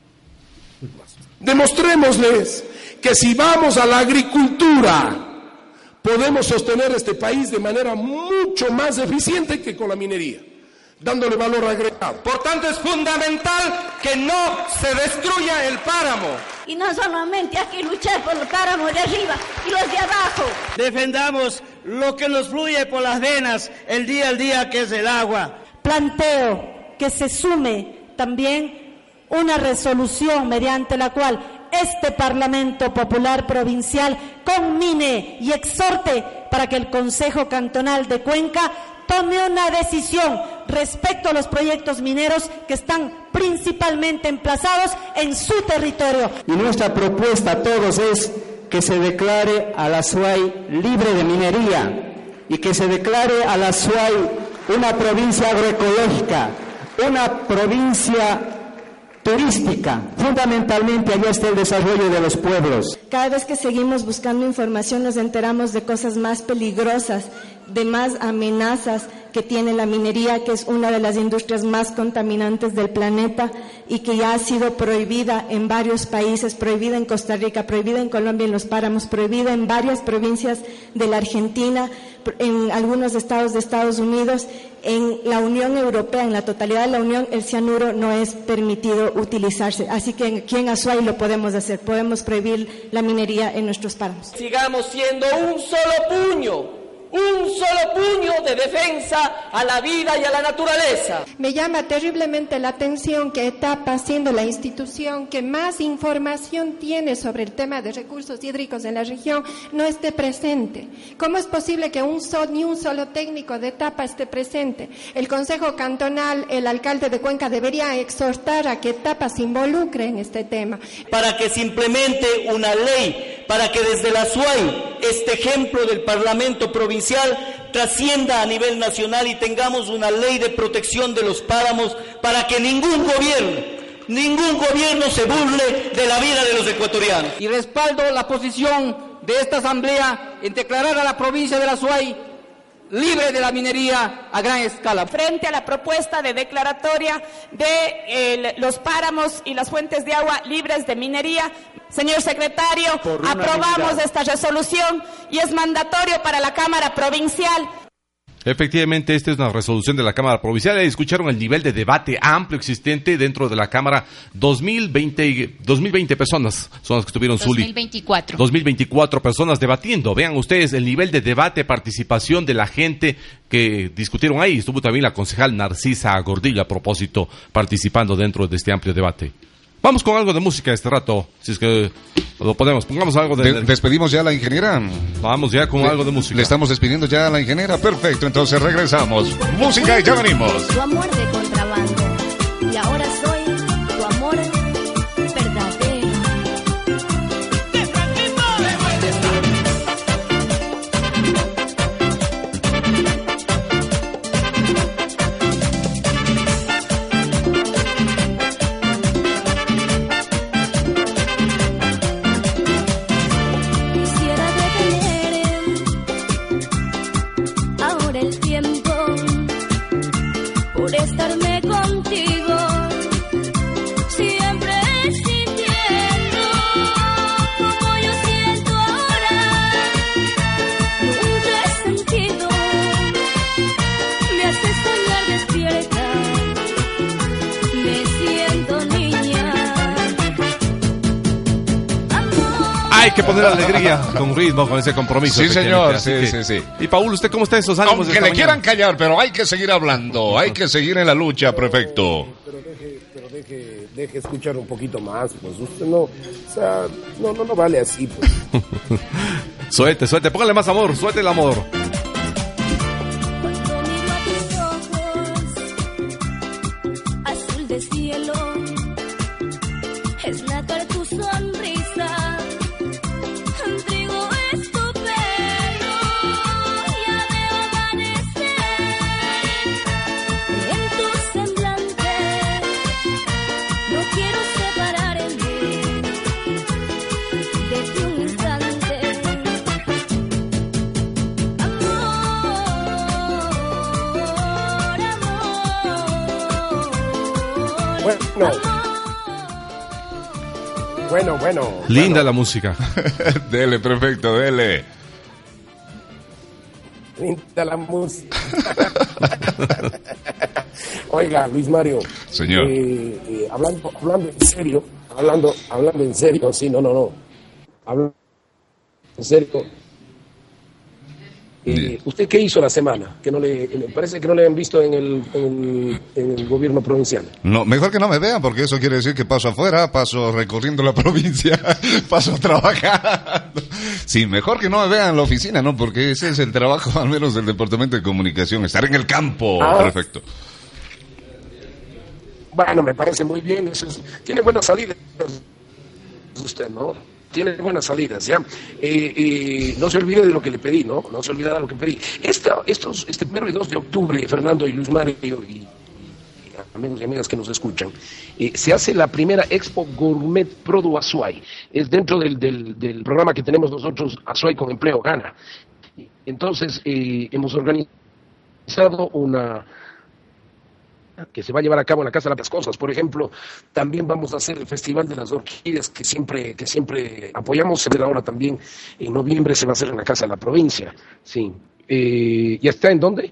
Demostrémosles que si vamos a la agricultura podemos sostener este país de manera mucho más eficiente que con la minería, dándole valor agregado. Por tanto, es fundamental que no se destruya el páramo. Y no solamente hay que luchar por el páramo de arriba y los de abajo. Defendamos lo que nos fluye por las venas el día al día, que es el agua. Planteo que se sume también una resolución mediante la cual este Parlamento Popular Provincial conmine y exhorte para que el Consejo Cantonal de Cuenca tome una decisión respecto a los proyectos mineros que están principalmente emplazados en su territorio. Y nuestra propuesta a todos es que se declare a La Suay libre de minería y que se declare a La Suay una provincia agroecológica, una provincia turística. Fundamentalmente allá está el desarrollo de los pueblos. Cada vez que seguimos buscando información nos enteramos de cosas más peligrosas, de más amenazas que tiene la minería, que es una de las industrias más contaminantes del planeta y que ya ha sido prohibida en varios países, prohibida en Costa Rica, prohibida en Colombia en los páramos, prohibida en varias provincias de la Argentina, en algunos estados de Estados Unidos. En la Unión Europea, en la totalidad de la Unión, el cianuro no es permitido utilizarse. Así que aquí en Azuay lo podemos hacer, podemos prohibir la minería en nuestros páramos. Sigamos siendo un solo puño. Un solo puño de defensa a la vida y a la naturaleza. Me llama terriblemente la atención que ETAPA, siendo la institución que más información tiene sobre el tema de recursos hídricos en la región, no esté presente. ¿Cómo es posible que un solo, ni un solo técnico de ETAPA esté presente? El Consejo Cantonal, el alcalde de Cuenca debería exhortar a que ETAPA se involucre en este tema. Para que se implemente una ley, para que desde la Suay este ejemplo del Parlamento Provincial trascienda a nivel nacional y tengamos una ley de protección de los páramos para que ningún gobierno, ningún gobierno se burle de la vida de los ecuatorianos. Y respaldo la posición de esta asamblea en declarar a la provincia de la Suay libre de la minería a gran escala. Frente a la propuesta de declaratoria de eh, los páramos y las fuentes de agua libres de minería, señor secretario, aprobamos esta resolución y es mandatorio para la Cámara Provincial. Efectivamente, esta es una resolución de la Cámara Provincial. Escucharon el nivel de debate amplio existente dentro de la Cámara. dos mil veinte personas son las que estuvieron, Zuli. dos mil veinticuatro. dos mil veinticuatro personas debatiendo. Vean ustedes el nivel de debate, participación de la gente que discutieron ahí. Estuvo también la concejal Narcisa Gordillo, a propósito, participando dentro de este amplio debate. Vamos con algo de música este rato, si es que lo podemos. Pongamos algo de... de despedimos ya a la ingeniera. Vamos ya con le, algo de música. Le estamos despidiendo ya a la ingeniera. Perfecto, entonces regresamos. Música y ya venimos. Tu amor de contrabando. Y ahora soy tu amor verdadero. que poner alegría con ritmo, con ese compromiso. Sí, señor, sí, que... sí, sí. Y Paul, ¿usted cómo está en esos ánimos? Aunque le quieran callar, pero hay que seguir hablando, hay que seguir en la lucha, prefecto. Pero deje, pero deje, deje escuchar un poquito más, pues usted no, o sea, no, no, no vale así, pues. Suelte, suelte, póngale más amor, suelte el amor. Azul de cielo, es la cara de tu sonrisa, trigo es tu pelo, ya veo amanecer en tu semblante, no quiero separar en mí de ti un instante. Bueno, bueno, bueno. Linda bueno. la música. Dele, prefecto, dele. Linda la música. Oiga, Luis Mario. Señor. Eh, eh, hablando, hablando en serio, hablando, hablando en serio, sí, no, no, no. Hablando en serio. Eh, ¿Usted qué hizo la semana? Que no le, me parece que no le han visto en el, en, en el gobierno provincial. No, mejor que no me vean, porque eso quiere decir que paso afuera, paso recorriendo la provincia, paso trabajando. Sí, mejor que no me vean en la oficina, ¿no? Porque ese es el trabajo, al menos del Departamento de Comunicación, estar en el campo. Ah. Perfecto. Bueno, me parece muy bien. Eso es, tiene buenas salidas usted, ¿no? Tiene buenas salidas, ¿ya? Eh, eh, no se olvide de lo que le pedí, ¿no? No se olvide de lo que pedí. Esta, estos, este primero y dos de octubre, Fernando y Luis Mario y, y amigos y amigas que nos escuchan, eh, se hace la primera Expo Gourmet Produ Azuay. Es dentro del, del, del programa que tenemos nosotros, Azuay con Empleo Gana. Entonces, eh, hemos organizado una... que se va a llevar a cabo en la Casa de las Cosas. Por ejemplo, también vamos a hacer el Festival de las Orquídeas que siempre, que siempre apoyamos. Ahora también en noviembre se va a hacer en la Casa de la Provincia. Sí. Eh, ¿Ya está en dónde?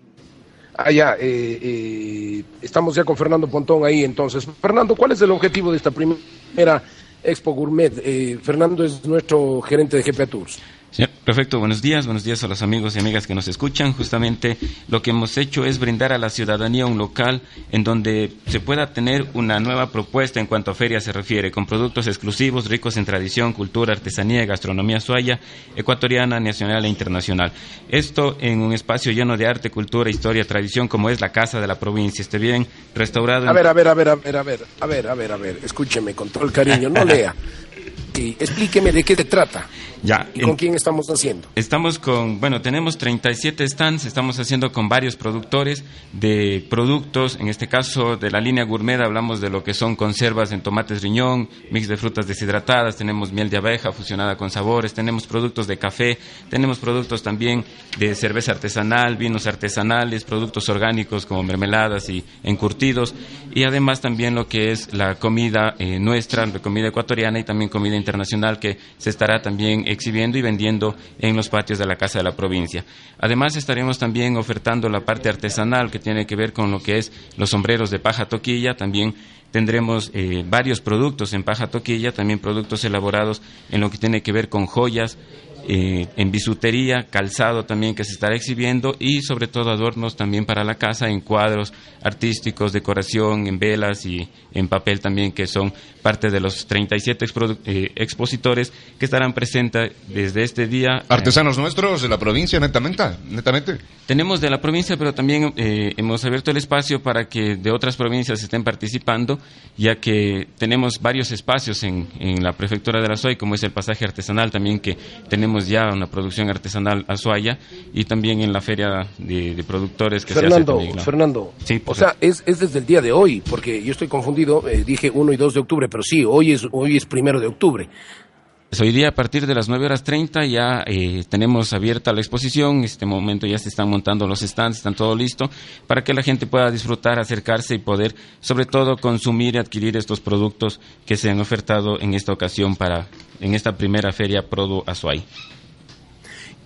Ah, ya. Eh, eh, estamos ya con Fernando Pontón ahí entonces. Fernando, ¿cuál es el objetivo de esta primera Expo Gourmet? Eh, Fernando es nuestro gerente de G P A Tours. Sí, perfecto, buenos días, buenos días a los amigos y amigas que nos escuchan. Justamente lo que hemos hecho es brindar a la ciudadanía un local en donde se pueda tener una nueva propuesta en cuanto a feria se refiere, con productos exclusivos, ricos en tradición, cultura, artesanía y gastronomía azuaya, ecuatoriana, nacional e internacional. Esto en un espacio lleno de arte, cultura, historia, tradición, como es la Casa de la Provincia. Esté bien restaurado. En... A ver, a ver, a ver, a ver, a ver, a ver, a ver, a ver, escúcheme con todo el cariño, no lea. Sí, explíqueme de qué se trata. Ya, ¿Y con en, quién estamos haciendo? Estamos con, bueno, tenemos treinta y siete stands, estamos haciendo con varios productores de productos, en este caso de la línea gourmet, hablamos de lo que son conservas en tomates riñón, mix de frutas deshidratadas, tenemos miel de abeja fusionada con sabores, tenemos productos de café, tenemos productos también de cerveza artesanal, vinos artesanales, productos orgánicos como mermeladas y encurtidos, y además también lo que es la comida eh, nuestra, la comida ecuatoriana y también comida internacional que se estará también exhibiendo y vendiendo en los patios de la Casa de la Provincia. Además estaremos también ofertando la parte artesanal que tiene que ver con lo que es los sombreros de paja toquilla, también tendremos eh, varios productos en paja toquilla, también productos elaborados en lo que tiene que ver con joyas, eh, en bisutería, calzado también que se estará exhibiendo y sobre todo adornos también para la casa en cuadros artísticos, decoración, en velas y en papel también, que son parte de los treinta y siete expo- eh, expositores que estarán presentes desde este día. ¿Artesanos eh, nuestros de la provincia, netamente? netamente? Tenemos de la provincia, pero también eh, hemos abierto el espacio para que de otras provincias estén participando, ya que tenemos varios espacios en, en la prefectura de la Azuay, como es el pasaje artesanal también, que tenemos ya una producción artesanal azuaya, y también en la feria de, de productores que Fernando, se hace también, ¿no? Fernando, sí, o sea, es, es desde el día de hoy, porque yo estoy confundido, eh, dije uno y dos de octubre, pero sí, hoy es, hoy es primero de octubre. Hoy día a partir de las nueve horas treinta ya eh, tenemos abierta la exposición. En este momento ya se están montando los stands, están todo listo para que la gente pueda disfrutar, acercarse y poder sobre todo consumir y adquirir estos productos que se han ofertado en esta ocasión para en esta primera feria Produ Azuay.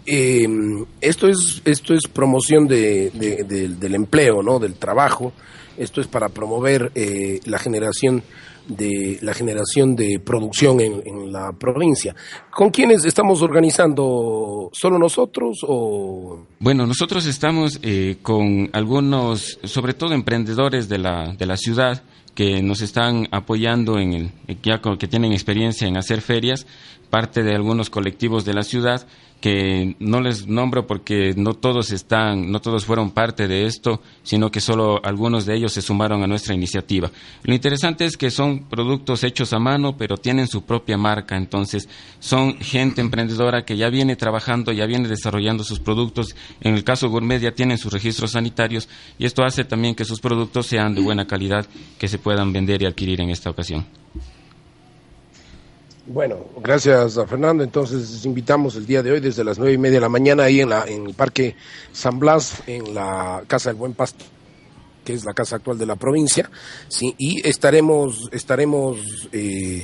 eh, esto es esto es promoción de, de, de, del empleo, ¿no? Del trabajo. Esto es para promover eh, la generación de la generación de producción en, en la provincia. ¿Con quiénes estamos organizando? ¿Solo nosotros o...? Bueno, nosotros estamos eh, con algunos, sobre todo emprendedores de la de la ciudad, que nos están apoyando en el, ya que tienen experiencia en hacer ferias, parte de algunos colectivos de la ciudad, que no les nombro porque no todos están, no todos fueron parte de esto, sino que solo algunos de ellos se sumaron a nuestra iniciativa. Lo interesante es que son productos hechos a mano, pero tienen su propia marca, entonces son gente emprendedora que ya viene trabajando, ya viene desarrollando sus productos. En el caso Gourmet ya tienen sus registros sanitarios y esto hace también que sus productos sean de buena calidad, que se puedan vender y adquirir en esta ocasión. Bueno, gracias a Fernando. Entonces les invitamos el día de hoy desde las nueve y media de la mañana ahí en, la, en el Parque San Blas, en la Casa del Buen Pasto, que es la casa actual de la provincia, sí, y estaremos estaremos eh,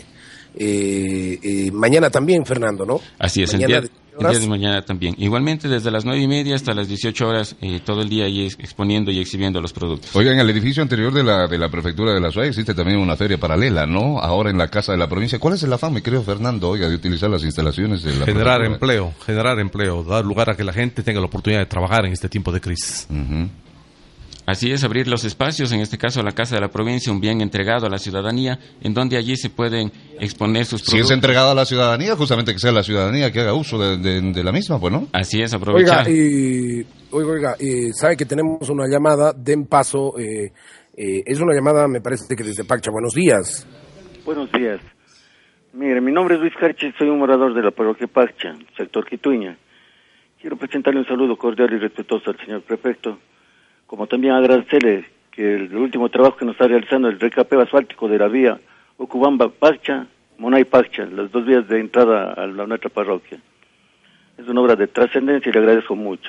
eh, eh, mañana también, Fernando, ¿no? Así es, mañana el día, el día de mañana también. Igualmente desde las nueve y media hasta las dieciocho horas, eh, todo el día ahí exponiendo y exhibiendo los productos. Oiga, en el edificio anterior de la de la prefectura de la Azuay existe también una feria paralela, ¿no? Ahora en la Casa de la Provincia. ¿Cuál es el afán, mi querido Fernando, oiga, de utilizar las instalaciones de la Generar prefectura? empleo, generar empleo, dar lugar a que la gente tenga la oportunidad de trabajar en este tiempo de crisis. Uh-huh. Así es, abrir los espacios, en este caso la Casa de la Provincia, un bien entregado a la ciudadanía, en donde allí se pueden exponer sus productos. Si es entregado a la ciudadanía, justamente que sea la ciudadanía que haga uso de, de, de la misma, pues, ¿no? Así es, aprovechar. Oiga, eh, oiga, oiga eh, sabe que tenemos una llamada, den paso, eh, eh, es una llamada, me parece que desde Paccha. Buenos días. Buenos días. Mire, mi nombre es Luis Carchi, soy un morador de la parroquia Paccha, sector Quituña. Quiero presentarle un saludo cordial y respetuoso al señor prefecto, como también agradecerle que el último trabajo que nos está realizando el recapeo asfáltico de la vía Ocubamba-Paccha, Monay-Paccha, las dos vías de entrada a la nuestra parroquia. Es una obra de trascendencia y le agradezco mucho.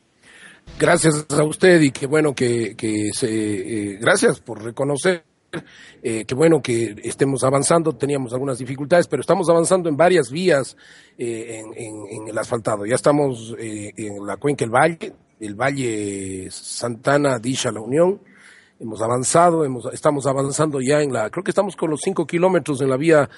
Gracias a usted y qué bueno que, que se... Eh, gracias por reconocer, eh, qué bueno que estemos avanzando. Teníamos algunas dificultades, pero estamos avanzando en varias vías eh, en, en, en el asfaltado. Ya estamos eh, en la cuenca del Valle, el Valle Santana, Disha, La Unión. Hemos avanzado, hemos, estamos avanzando ya en la, creo que estamos con los cinco kilómetros en la vía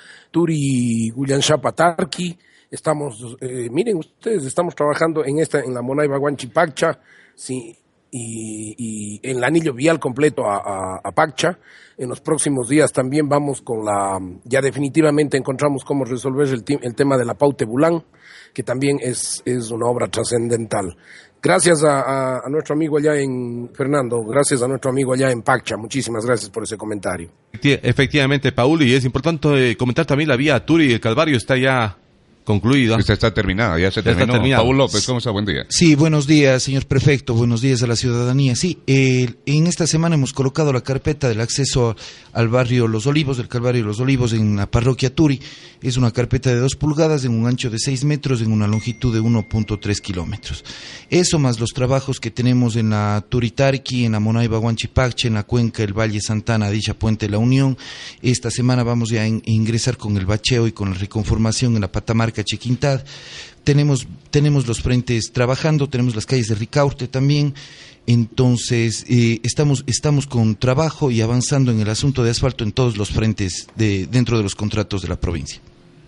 Turi-Guyanchapa-Tarqui. Estamos, eh, miren ustedes, estamos trabajando en esta, en la Monay-Baguanchi-Paccha, sí, y, y en el anillo vial completo a, a, a Paccha. En los próximos días también vamos con la, ya definitivamente encontramos cómo resolver el, el tema de la Paute-Bulán, que también es, es una obra trascendental. Gracias a, a, a nuestro amigo allá en, Fernando, gracias a nuestro amigo allá en Paccha, muchísimas gracias por ese comentario. Efectivamente, Paul, y es importante eh, comentar también la vía Turi, el Calvario está ya concluida. Esta está terminada, ya se Ya está terminó. terminado. Paul López, ¿cómo está? Buen día. Sí, buenos días, señor prefecto, buenos días a la ciudadanía. Sí, eh, en esta semana hemos colocado la carpeta del acceso al barrio Los Olivos, del Calvario Los Olivos, en la parroquia Turi. Es una carpeta de dos pulgadas, en un ancho de seis metros, en una longitud de uno punto tres kilómetros. Eso más los trabajos que tenemos en la Turitarqui, en la Monaiba Guanchipache, en la cuenca del Valle Santana, Dicha Puente La Unión. Esta semana vamos ya a in- ingresar con el bacheo y con la reconformación en la Patamarca Chiquintad. Tenemos, tenemos los frentes trabajando, tenemos las calles de Ricaurte también. Entonces, eh, estamos, estamos con trabajo y avanzando en el asunto de asfalto en todos los frentes de, dentro de los contratos de la provincia.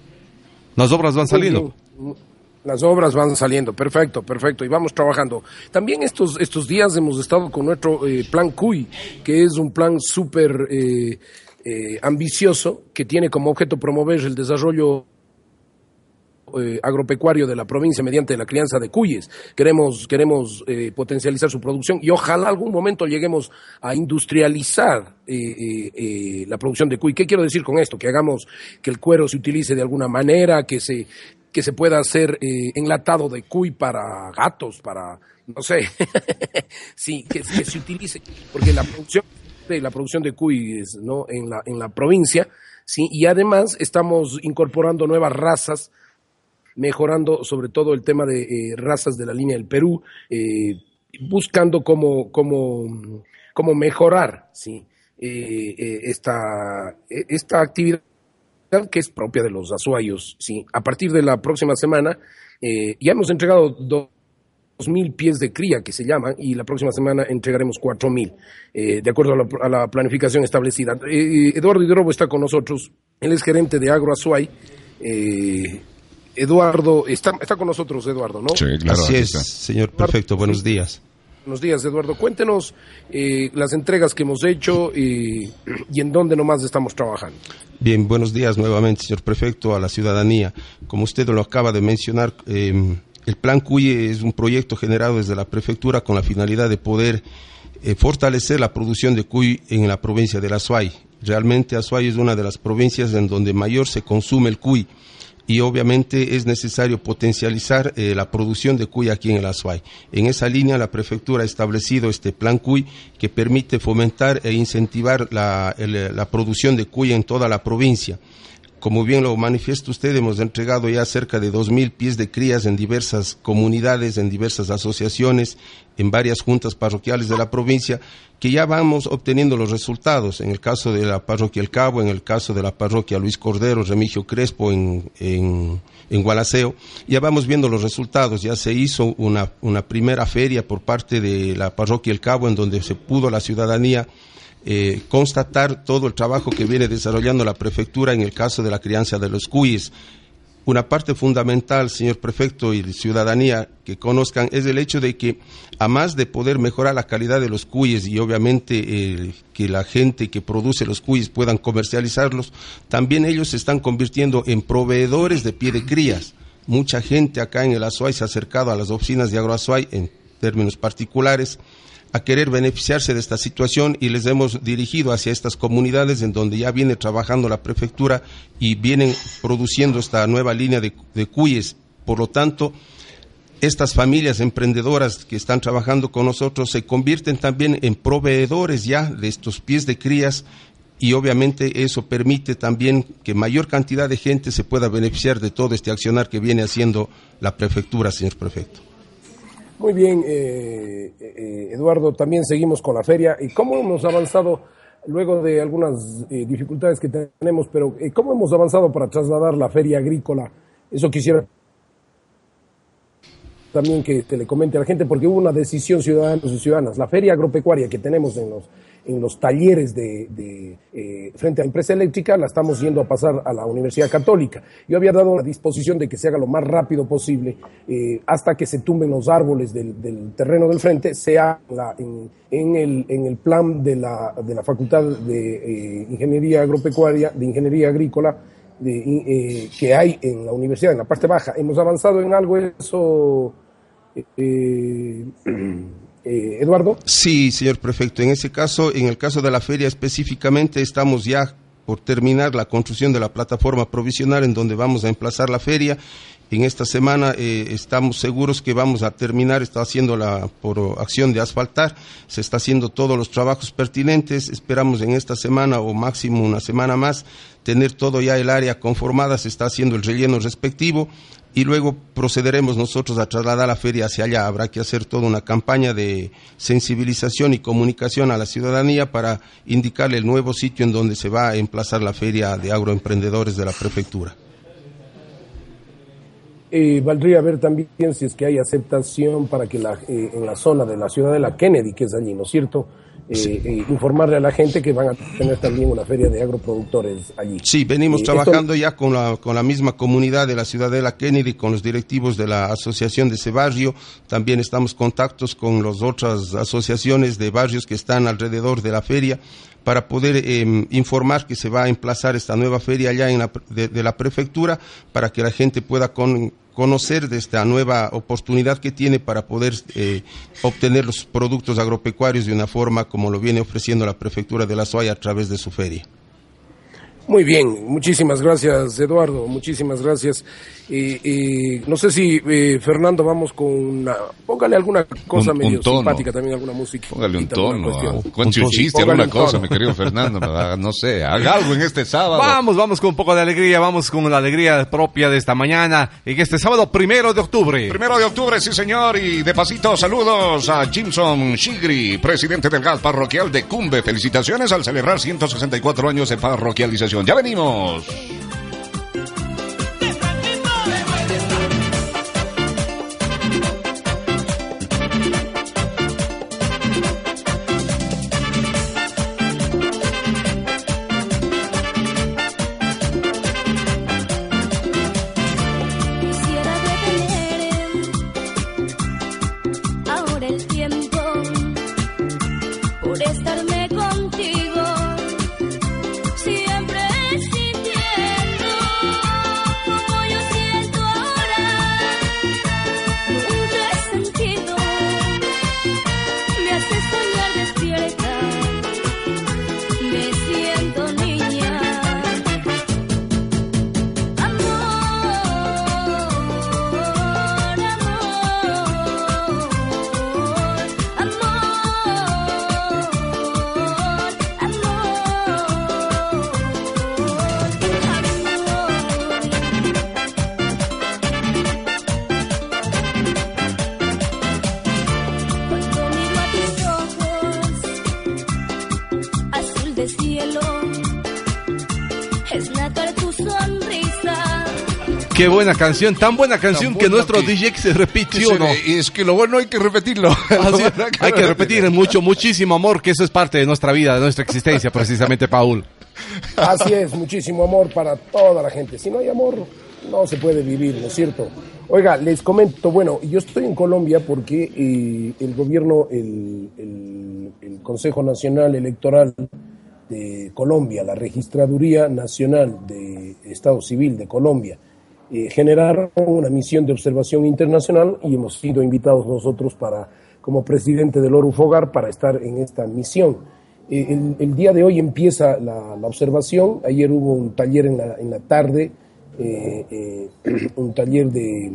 Las obras van saliendo. Las obras van saliendo, perfecto, perfecto, y vamos trabajando. También estos estos días hemos estado con nuestro eh, plan C U I, que es un plan súper eh, eh, ambicioso, que tiene como objeto promover el desarrollo eh, agropecuario de la provincia mediante la crianza de cuyes. Queremos queremos eh, potencializar su producción y ojalá algún momento lleguemos a industrializar eh, eh, eh, la producción de cuy. ¿Qué quiero decir con esto? Que hagamos que el cuero se utilice de alguna manera, que se que se pueda hacer eh, enlatado de cuy para gatos, para, no sé, sí, que, que se utilice, porque la producción de la producción de cuy es, ¿no? en la en la provincia, sí, y además estamos incorporando nuevas razas, mejorando sobre todo el tema de eh, razas de la línea del Perú, eh, buscando cómo cómo cómo mejorar, sí, eh, eh, esta esta actividad que es propia de los azuayos, sí. A partir de la próxima semana Eh, ya hemos entregado dos mil pies de cría, que se llaman, y la próxima semana entregaremos cuatro mil, eh, de acuerdo a la, a la planificación establecida. Eh, Eduardo Hidrobo está con nosotros, él es gerente de Agro Azuay. Eh, Eduardo, está, está con nosotros Eduardo, ¿no? Sí, claro. Así es, señor Perfecto, buenos días. Buenos días, Eduardo. Cuéntenos eh, las entregas que hemos hecho y, y en dónde nomás estamos trabajando. Bien, buenos días nuevamente, señor Prefecto, a la ciudadanía. Como usted lo acaba de mencionar, eh, el Plan Cuye es un proyecto generado desde la Prefectura con la finalidad de poder eh, fortalecer la producción de cuy en la provincia del Azuay. Realmente Azuay es una de las provincias en donde mayor se consume el cuy, y obviamente es necesario potencializar eh, la producción de cuy aquí en el Azuay. En esa línea la Prefectura ha establecido este Plan Cuy que permite fomentar e incentivar la, el, la producción de cuy en toda la provincia. Como bien lo manifiesta usted, hemos entregado ya cerca de dos mil pies de crías en diversas comunidades, en diversas asociaciones, en varias juntas parroquiales de la provincia, que ya vamos obteniendo los resultados. En el caso de la parroquia El Cabo, en el caso de la parroquia Luis Cordero, Remigio Crespo, en, en, en Gualaceo, ya vamos viendo los resultados. Ya se hizo una, una primera feria por parte de la parroquia El Cabo, en donde se pudo la ciudadanía Eh, constatar todo el trabajo que viene desarrollando la Prefectura en el caso de la crianza de los cuyes. Una parte fundamental, señor Prefecto y ciudadanía, que conozcan, es el hecho de que, a más de poder mejorar la calidad de los cuyes y obviamente eh, que la gente que produce los cuyes puedan comercializarlos, también ellos se están convirtiendo en proveedores de pie de crías. Mucha gente acá en el Azuay se ha acercado a las oficinas de Agroazuay, en términos particulares, a querer beneficiarse de esta situación, y les hemos dirigido hacia estas comunidades en donde ya viene trabajando la Prefectura y vienen produciendo esta nueva línea de, de cuyes. Por lo tanto, estas familias emprendedoras que están trabajando con nosotros se convierten también en proveedores ya de estos pies de crías, y obviamente eso permite también que mayor cantidad de gente se pueda beneficiar de todo este accionar que viene haciendo la Prefectura, señor Prefecto. Muy bien, eh, eh, Eduardo, también seguimos con la feria. ¿Y cómo hemos avanzado, luego de algunas eh, dificultades que tenemos, pero eh, cómo hemos avanzado para trasladar la feria agrícola? Eso quisiera también que te le comente a la gente, porque hubo una decisión, ciudadanos y ciudadanas. La feria agropecuaria que tenemos en los en los talleres de, de eh, frente a la empresa eléctrica, la estamos yendo a pasar a la Universidad Católica. Yo había dado la disposición de que se haga lo más rápido posible, eh, hasta que se tumben los árboles del, del terreno del frente, sea la, en, en, el, en el plan de la, de la Facultad de eh, Ingeniería Agropecuaria, de Ingeniería Agrícola, de, eh, que hay en la universidad, en la parte baja. Hemos avanzado en algo eso, eh, Eh, Eduardo. Sí, señor Prefecto. En ese caso, en el caso de la feria específicamente, estamos ya por terminar la construcción de la plataforma provisional en donde vamos a emplazar la feria. En esta semana eh, estamos seguros que vamos a terminar, está haciendo la por acción de asfaltar, se está haciendo todos los trabajos pertinentes. Esperamos en esta semana o máximo una semana más tener todo ya el área conformada, se está haciendo el relleno respectivo. Y luego procederemos nosotros a trasladar la feria hacia allá. Habrá que hacer toda una campaña de sensibilización y comunicación a la ciudadanía para indicarle el nuevo sitio en donde se va a emplazar la feria de agroemprendedores de la Prefectura. Eh, valdría ver también si es que hay aceptación para que la, eh, en la zona de la ciudad de la Kennedy, que es allí, ¿no es cierto?, Eh, sí. eh, informarle a la gente que van a tener también una feria de agroproductores allí. Sí, venimos eh, trabajando esto... ya con la, con la misma comunidad de la Ciudadela Kennedy, con los directivos de la asociación de ese barrio. También estamos en contactos con las otras asociaciones de barrios que están alrededor de la feria para poder eh, informar que se va a emplazar esta nueva feria allá en la, de, de la Prefectura, para que la gente pueda con, conocer de esta nueva oportunidad que tiene para poder eh, obtener los productos agropecuarios de una forma como lo viene ofreciendo la Prefectura de la Azuay a través de su feria. Muy bien, muchísimas gracias, Eduardo, muchísimas gracias. Eh, eh, no sé si, eh, Fernando, vamos con una... Póngale alguna cosa un, medio un simpática, también alguna música. Póngale un tono, cuente un chiste, alguna cosa, mi querido Fernando, no, no sé, haga algo en este sábado. Vamos, vamos con un poco de alegría, vamos con la alegría propia de esta mañana, en este sábado primero de octubre. Primero de octubre, sí señor, y de pasito, saludos a Jimson Shigri, presidente del G A S parroquial de Cumbe. Felicitaciones al celebrar ciento sesenta y cuatro años de parroquialización. Ya venimos. Qué buena canción, tan buena canción que nuestro que, D J se repitió, ¿no? Y es que lo bueno hay que repetirlo. Así, que hay que repetir mucho, muchísimo amor, que eso es parte de nuestra vida, de nuestra existencia, precisamente, Paul. Así es, muchísimo amor para toda la gente. Si no hay amor, no se puede vivir, ¿no es cierto? Oiga, les comento, bueno, yo estoy en Colombia porque eh, el gobierno, el, el, el Consejo Nacional Electoral de Colombia, la Registraduría Nacional de Estado Civil de Colombia, eh, generaron una misión de observación internacional y hemos sido invitados nosotros para, como presidente del Orufogar, para estar en esta misión. Eh, el, el día de hoy empieza la, la observación. Ayer hubo un taller en la, en la tarde, eh, eh, un taller de,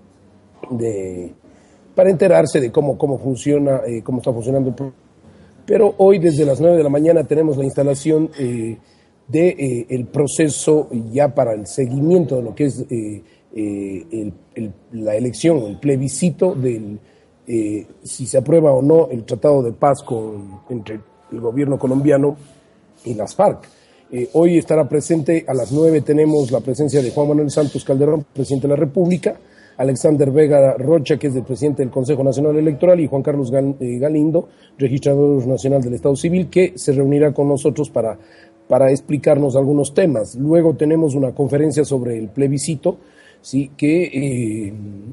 de para enterarse de cómo, cómo funciona, eh, cómo está funcionando el programa. Pero hoy desde las nueve de la mañana tenemos la instalación eh, de eh, el proceso ya para el seguimiento de lo que es eh, eh, el, el, la elección, el plebiscito del eh, si se aprueba o no el tratado de paz con, entre el gobierno colombiano y las FARC. Eh, hoy estará presente, a las nueve tenemos la presencia de Juan Manuel Santos Calderón, presidente de la República, Alexander Vega Rocha, que es el presidente del Consejo Nacional Electoral, y Juan Carlos Galindo, registrador nacional del Estado Civil, que se reunirá con nosotros para, para explicarnos algunos temas. Luego tenemos una conferencia sobre el plebiscito, sí, que eh,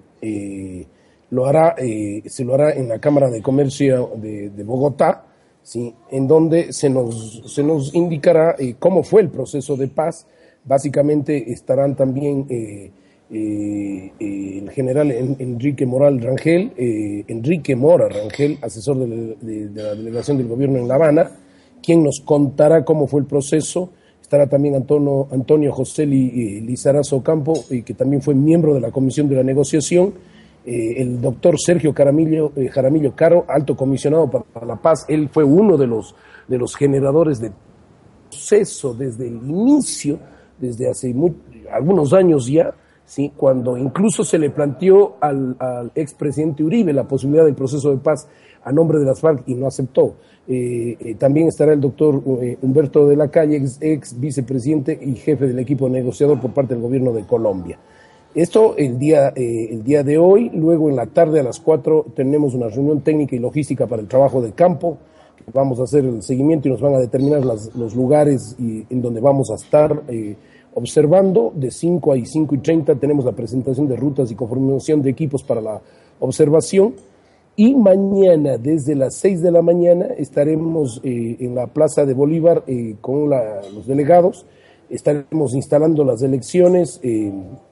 eh, lo hará, eh, se lo hará en la Cámara de Comercio de, de Bogotá, sí, en donde se nos, se nos indicará eh, cómo fue el proceso de paz. Básicamente estarán también Eh, Eh, eh, el general Enrique Moral Rangel, eh, Enrique Mora Rangel, asesor de, de, de la delegación del gobierno en La Habana, quien nos contará cómo fue el proceso. Estará también Antonio, Antonio José Li, Lizarazo Campo, eh, que también fue miembro de la comisión de la negociación, eh, el doctor Sergio Caramillo, eh, Jaramillo Caro, alto comisionado para la paz. Él fue uno de los, de los generadores del proceso desde el inicio, desde hace muy, algunos años ya. Sí, cuando incluso se le planteó al, al expresidente Uribe la posibilidad del proceso de paz a nombre de las FARC y no aceptó. Eh, eh, también estará el doctor eh, Humberto de la Calle, ex, ex vicepresidente y jefe del equipo negociador por parte del gobierno de Colombia. Esto el día, eh, el día de hoy. Luego en la tarde a las cuatro tenemos una reunión técnica y logística para el trabajo de campo. Vamos a hacer el seguimiento y nos van a determinar las, los lugares y, en donde vamos a estar eh, observando. De cinco a cinco y treinta tenemos la presentación de rutas y conformación de equipos para la observación. Y mañana, desde las seis de la mañana, estaremos eh, en la Plaza de Bolívar eh, con la, los delegados. Estaremos instalando las elecciones, eh,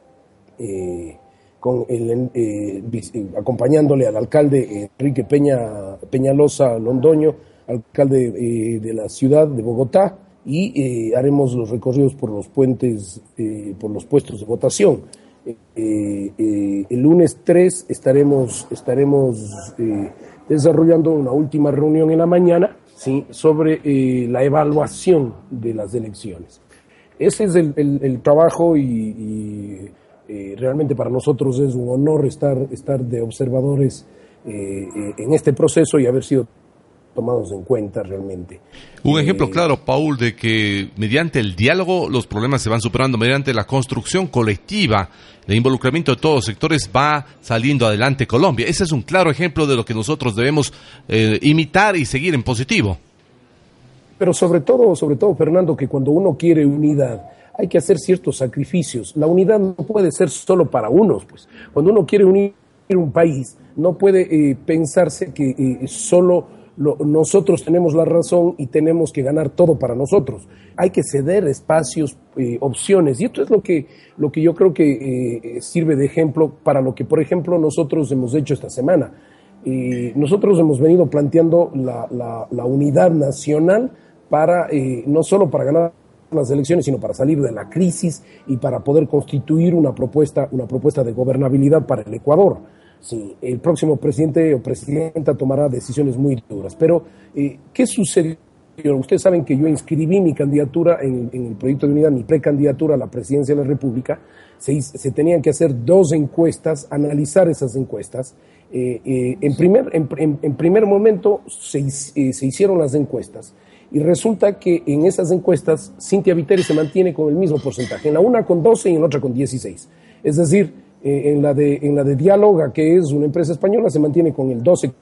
eh, con el, eh, acompañándole al alcalde Enrique Peña, Peñalosa Londoño, alcalde eh, de la ciudad de Bogotá, y eh, haremos los recorridos por los puentes, eh, por los puestos de votación. Eh, eh, el lunes tres estaremos, estaremos eh, desarrollando una última reunión en la mañana, ¿sí?, sobre eh, la evaluación de las elecciones. Ese es el, el, el trabajo y, y eh, realmente para nosotros es un honor estar, estar de observadores eh, eh, en este proceso y haber sido tomados en cuenta realmente. Un ejemplo eh, claro, Paul, de que mediante el diálogo los problemas se van superando, mediante la construcción colectiva, el involucramiento de todos los sectores, va saliendo adelante Colombia. Ese es un claro ejemplo de lo que nosotros debemos eh, imitar y seguir en positivo. Pero sobre todo, sobre todo, Fernando, que cuando uno quiere unidad hay que hacer ciertos sacrificios. La unidad no puede ser solo para unos, pues. Cuando uno quiere unir un país, no puede eh, pensarse que eh, solo Lo, nosotros tenemos la razón y tenemos que ganar todo para nosotros. Hay que ceder espacios, eh, opciones, y esto es lo que, lo que yo creo que eh, sirve de ejemplo para lo que, por ejemplo, nosotros hemos hecho esta semana. Eh, nosotros hemos venido planteando la, la, la unidad nacional para, eh, no solo para ganar las elecciones, sino para salir de la crisis y para poder constituir una propuesta, una propuesta de gobernabilidad para el Ecuador. Sí, el próximo presidente o presidenta tomará decisiones muy duras. Pero, eh, ¿qué sucedió? Ustedes saben que yo inscribí mi candidatura en, en el proyecto de unidad, mi precandidatura a la presidencia de la República. Se, se tenían que hacer dos encuestas, analizar esas encuestas. Eh, eh, en, primer, en, en, en primer momento se, eh, se hicieron las encuestas Y resulta que en esas encuestas Cynthia Viteri se mantiene con el mismo porcentaje, en la una con doce y en la otra con dieciséis. Es decir, eh, en, la de, en la de Diáloga, que es una empresa española, se mantiene con el doce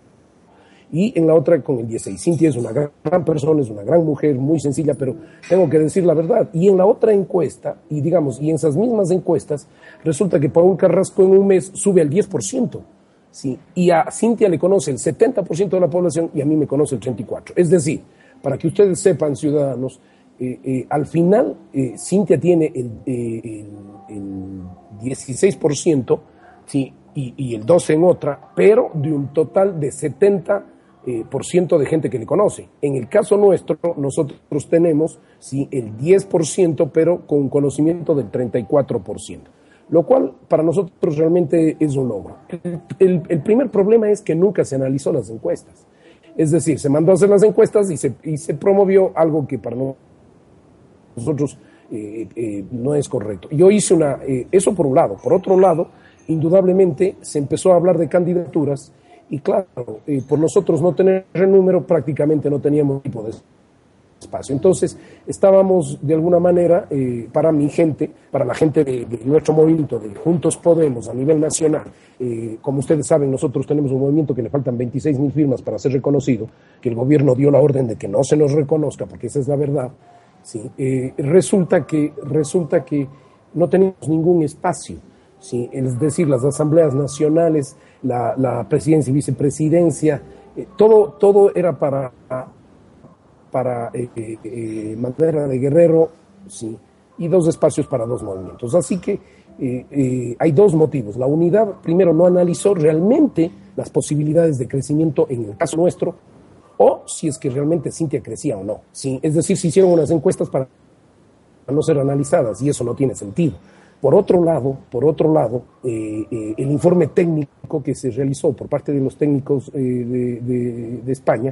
y en la otra con el dieciséis. Cynthia es una gran, gran persona, es una gran mujer, muy sencilla, pero tengo que decir la verdad. Y en la otra encuesta, y digamos, y en esas mismas encuestas, resulta que Paul Carrasco en un mes sube al diez por ciento. Sí, y a Cynthia le conoce el setenta por ciento de la población y a mí me conoce el treinta y cuatro por ciento. Es decir, para que ustedes sepan, ciudadanos, eh, eh, al final eh, Cynthia tiene el, eh, el, el dieciséis por ciento, sí, y, y el doce por ciento en otra, pero de un total de setenta por ciento de gente que le conoce. En el caso nuestro, nosotros tenemos sí, el diez por ciento, pero con conocimiento del treinta y cuatro por ciento. Lo cual para nosotros realmente es un logro. El, el, el primer problema es que nunca se analizó las encuestas. Es decir, se mandó a hacer las encuestas y se, y se promovió algo que para nosotros eh, eh, no es correcto. Yo hice una, eh, eso por un lado. Por otro lado, indudablemente se empezó a hablar de candidaturas y claro, eh, por nosotros no tener número prácticamente no teníamos tipo de espacio. Entonces estábamos de alguna manera, eh, para mi gente, para la gente de, de nuestro movimiento de Juntos Podemos a nivel nacional, eh, como ustedes saben, nosotros tenemos un movimiento que le faltan veintiséis mil firmas para ser reconocido, que el gobierno dio la orden de que no se nos reconozca, porque esa es la verdad. ¿Sí? Eh, resulta que, resulta que no tenemos ningún espacio. Sí, es decir, las asambleas nacionales, la, la presidencia y vicepresidencia, eh, todo, todo era para, para eh, eh, Madera de Guerrero, sí, y dos espacios para dos movimientos. Así que eh, eh, hay dos motivos. La unidad, primero, no analizó realmente las posibilidades de crecimiento en el caso nuestro, o si es que realmente Cynthia crecía o no. Sí, es decir, se hicieron unas encuestas para no ser analizadas, y eso no tiene sentido. Por otro lado, por otro lado eh, eh, el informe técnico que se realizó por parte de los técnicos eh, de, de, de España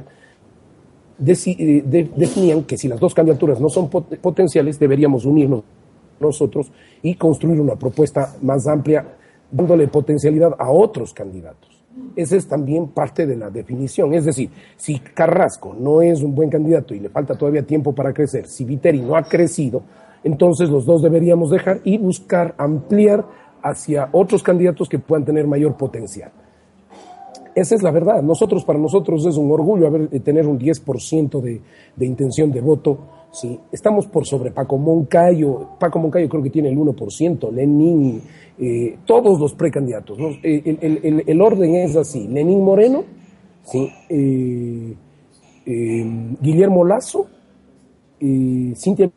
deci, eh, de, definían que si las dos candidaturas no son pot potenciales, deberíamos unirnos nosotros y construir una propuesta más amplia, dándole potencialidad a otros candidatos. Esa es también parte de la definición. Es decir, si Carrasco no es un buen candidato y le falta todavía tiempo para crecer, si Viteri no ha crecido, entonces los dos deberíamos dejar y buscar ampliar hacia otros candidatos que puedan tener mayor potencial. Esa es la verdad. Nosotros, para nosotros es un orgullo haber, tener un diez por ciento de, de intención de voto. Sí. Estamos por sobre Paco Moncayo. Paco Moncayo creo que tiene el uno por ciento. Lenín, eh, todos los precandidatos, ¿no? el, el, el, el orden es así. Lenín Moreno, sí, eh, eh, Guillermo Lasso, eh, Cynthia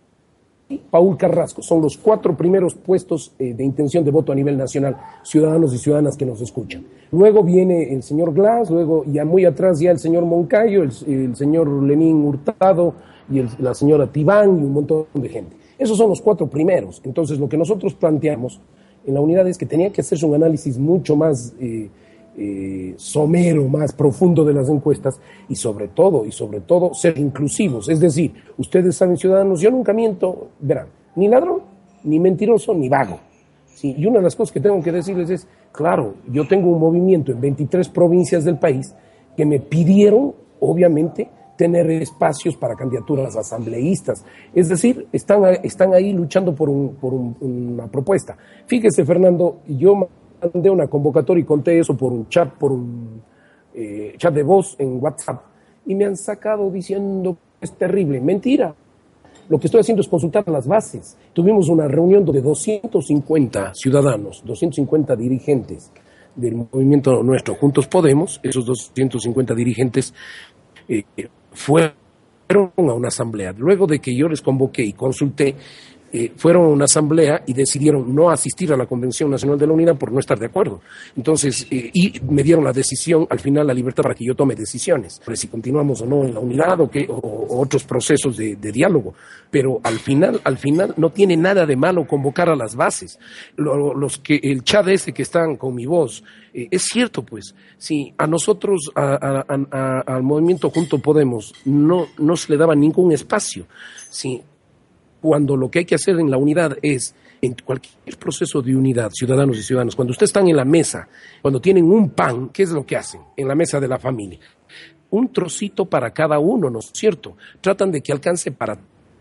Paul Carrasco, son los cuatro primeros puestos eh, de intención de voto a nivel nacional, ciudadanos y ciudadanas que nos escuchan. Luego viene el señor Glass, luego ya muy atrás ya el señor Moncayo, el, el señor Lenín Hurtado y el, la señora Tibán y un montón de gente. Esos son los cuatro primeros. Entonces lo que nosotros planteamos en la unidad es que tenía que hacerse un análisis mucho más eh, eh, somero, más profundo de las encuestas y sobre todo, y sobre todo ser inclusivos. Es decir, ustedes saben, ciudadanos, yo nunca miento, verán, ni ladrón, ni mentiroso, ni vago. ¿Sí? Y una de las cosas que tengo que decirles es, claro, yo tengo un movimiento en veintitrés provincias del país que me pidieron, obviamente, tener espacios para candidaturas asambleístas. Es decir, están, están ahí luchando por, un, por un, una propuesta. Fíjese, Fernando, yo mandé una convocatoria y conté eso por un chat, por un eh, chat de voz en WhatsApp, y me han sacado diciendo que es terrible. Mentira. Lo que estoy haciendo es consultar las bases. Tuvimos una reunión de doscientos cincuenta ciudadanos, doscientos cincuenta dirigentes del movimiento nuestro, Juntos Podemos. Esos doscientos cincuenta dirigentes eh, fueron a una asamblea. Luego de que yo les convoqué y consulté, eh, fueron a una asamblea y decidieron no asistir a la Convención Nacional de la Unidad por no estar de acuerdo. Entonces, eh, y me dieron la decisión, al final la libertad para que yo tome decisiones, si continuamos o no en la unidad o, que, o, o otros procesos de, de diálogo. Pero al final, al final no tiene nada de malo convocar a las bases. Lo, los que, el chat ese que están con mi voz, eh, es cierto, pues, si a nosotros, a, a, a, al movimiento Juntos Podemos, no, no se le daba ningún espacio, sí, cuando lo que hay que hacer en la unidad es, en cualquier proceso de unidad, ciudadanos y ciudadanas, cuando ustedes están en la mesa, cuando tienen un pan, ¿qué es lo que hacen en la mesa de la familia? un trocito para cada uno, ¿no es cierto? Tratan de que alcance para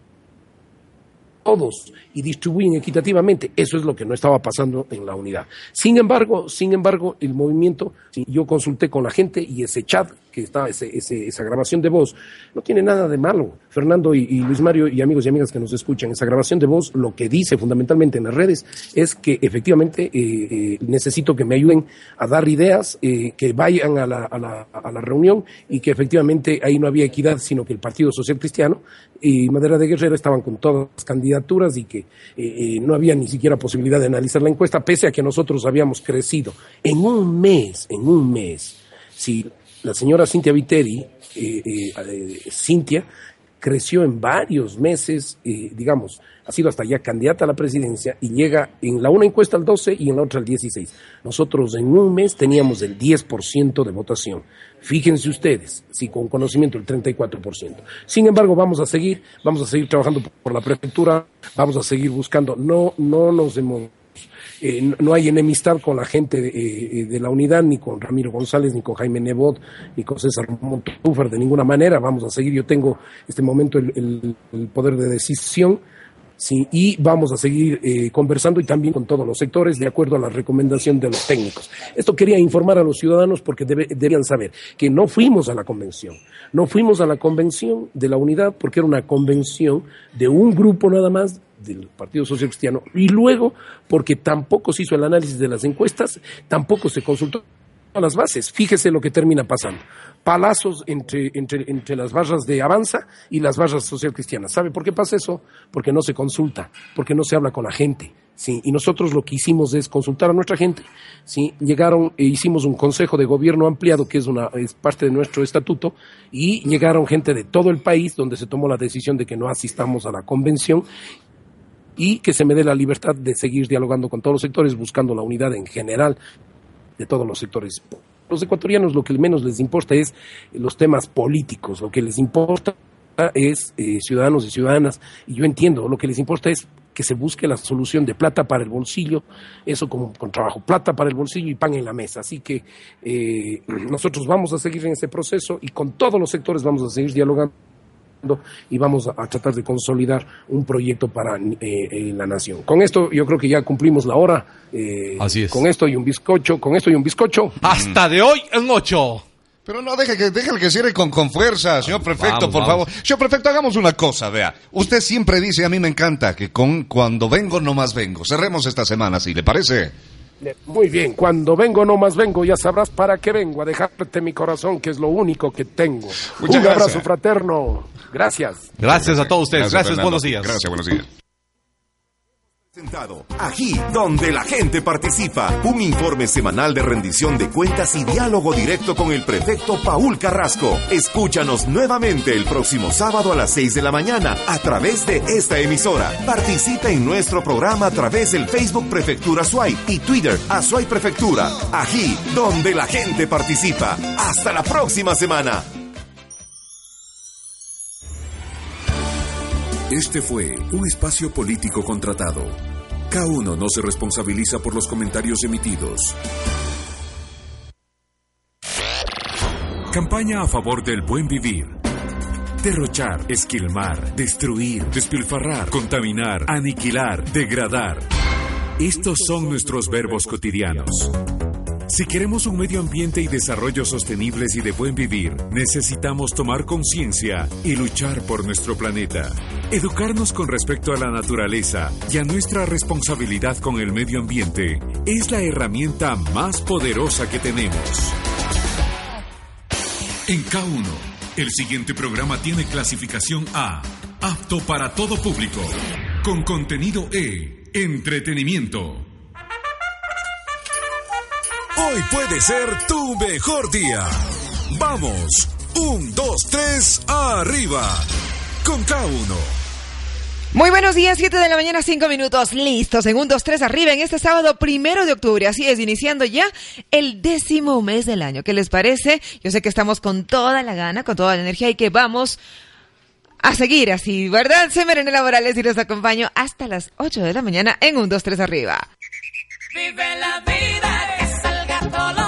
todos y distribuyen equitativamente. Eso es lo que no estaba pasando en la unidad. Sin embargo, sin embargo, el movimiento, yo consulté con la gente y ese chat que está, ese, ese, esa grabación de voz, no tiene nada de malo. Fernando y, y Luis Mario y amigos y amigas que nos escuchan, esa grabación de voz lo que dice fundamentalmente en las redes es que efectivamente eh, eh, necesito que me ayuden a dar ideas, eh, que vayan a la, a, la, a la reunión y que efectivamente ahí no había equidad, sino que el Partido Social Cristiano y Madera de Guerrero estaban con todas las candidaturas y que eh, eh, no había ni siquiera posibilidad de analizar la encuesta, pese a que nosotros habíamos crecido en un mes, en un mes, si la señora Cintia Viteri, eh, eh, eh, Cintia, creció en varios meses, eh, digamos, ha sido hasta ya candidata a la presidencia y llega en la una encuesta al doce y en la otra al dieciséis. Nosotros en un mes teníamos el diez por ciento de votación. Fíjense ustedes, sí, con conocimiento el treinta y cuatro por ciento. Sin embargo, vamos a seguir, vamos a seguir trabajando por la prefectura, vamos a seguir buscando, no, no nos hemos... Eh, no hay enemistad con la gente de, eh, de la unidad, ni con Ramiro González, ni con Jaime Nebot, ni con César Montúfar, de ninguna manera. Vamos a seguir, yo tengo este momento el, el, el poder de decisión, sí, y vamos a seguir eh, conversando y también con todos los sectores de acuerdo a la recomendación de los técnicos. Esto quería informar a los ciudadanos porque debe, debían saber que no fuimos a la convención, no fuimos a la convención de la unidad porque era una convención de un grupo nada más del Partido Social Cristiano, y luego porque tampoco se hizo el análisis de las encuestas, tampoco se consultó a las bases. Fíjese lo que termina pasando. Palazos entre, entre, entre las barras de Avanza y las barras social cristianas. ¿Sabe por qué pasa eso? Porque no se consulta, porque no se habla con la gente. Sí, y nosotros lo que hicimos es consultar a nuestra gente. Sí, llegaron e hicimos un consejo de gobierno ampliado que es una es parte de nuestro estatuto y llegaron gente de todo el país donde se tomó la decisión de que no asistamos a la convención y que se me dé la libertad de seguir dialogando con todos los sectores, buscando la unidad en general de todos los sectores. Los ecuatorianos lo que menos les importa es los temas políticos, lo que les importa es eh, ciudadanos y ciudadanas, y yo entiendo, lo que les importa es que se busque la solución de plata para el bolsillo, eso como con trabajo, plata para el bolsillo y pan en la mesa. Así que eh, nosotros vamos a seguir en ese proceso y con todos los sectores vamos a seguir dialogando y vamos a, a tratar de consolidar un proyecto para eh, eh, la nación. Con esto yo creo que ya cumplimos la hora. Eh, Así es. Con esto y un bizcocho, con esto y un bizcocho. Hasta de hoy en ocho. Pero no, deje que, deje que cierre con, con fuerza, señor prefecto, Vamos, por vamos. favor. Señor prefecto, hagamos una cosa, vea. Usted siempre dice, a mí me encanta, que con cuando vengo, no más vengo. Cerremos esta semana, ¿sí le parece? Muy bien, cuando vengo no más vengo, ya sabrás para qué vengo, a dejarte mi corazón, que es lo único que tengo. Muchas un abrazo gracias. fraterno. Gracias. Gracias a todos ustedes. Gracias, Fernando. buenos días. Gracias, buenos días. Presentado Ají, donde la gente participa. Un informe semanal de rendición de cuentas y diálogo directo con el prefecto Paul Carrasco. Escúchanos nuevamente el próximo sábado a las seis de la mañana a través de esta emisora. Participa en nuestro programa a través del Facebook Prefectura Azuay y Twitter Azuay Prefectura. Ají, donde la gente participa. Hasta la próxima semana. Este fue un espacio político contratado. K uno no se responsabiliza por los comentarios emitidos. Campaña a favor del buen vivir. Derrochar, esquilmar, destruir, despilfarrar, contaminar, aniquilar, degradar. Estos son nuestros verbos cotidianos. Si queremos un medio ambiente y desarrollo sostenibles y de buen vivir, necesitamos tomar conciencia y luchar por nuestro planeta. Educarnos con respecto a la naturaleza y a nuestra responsabilidad con el medio ambiente es la herramienta más poderosa que tenemos. En K uno, el siguiente programa tiene clasificación A, apto para todo público, con contenido E, entretenimiento. Hoy puede ser tu mejor día. Vamos, un, dos, tres, arriba, con K uno. Muy buenos días, siete de la mañana, cinco minutos, listos, en un, dos, tres, arriba, en este sábado primero de octubre, así es, iniciando ya el décimo mes del año. ¿Qué les parece? Yo sé que estamos con toda la gana, con toda la energía y que vamos a seguir así, ¿verdad? Soy Marinela Morales y los acompaño hasta las ocho de la mañana en un, dos, tres, arriba. Vive la vida, que salga todo.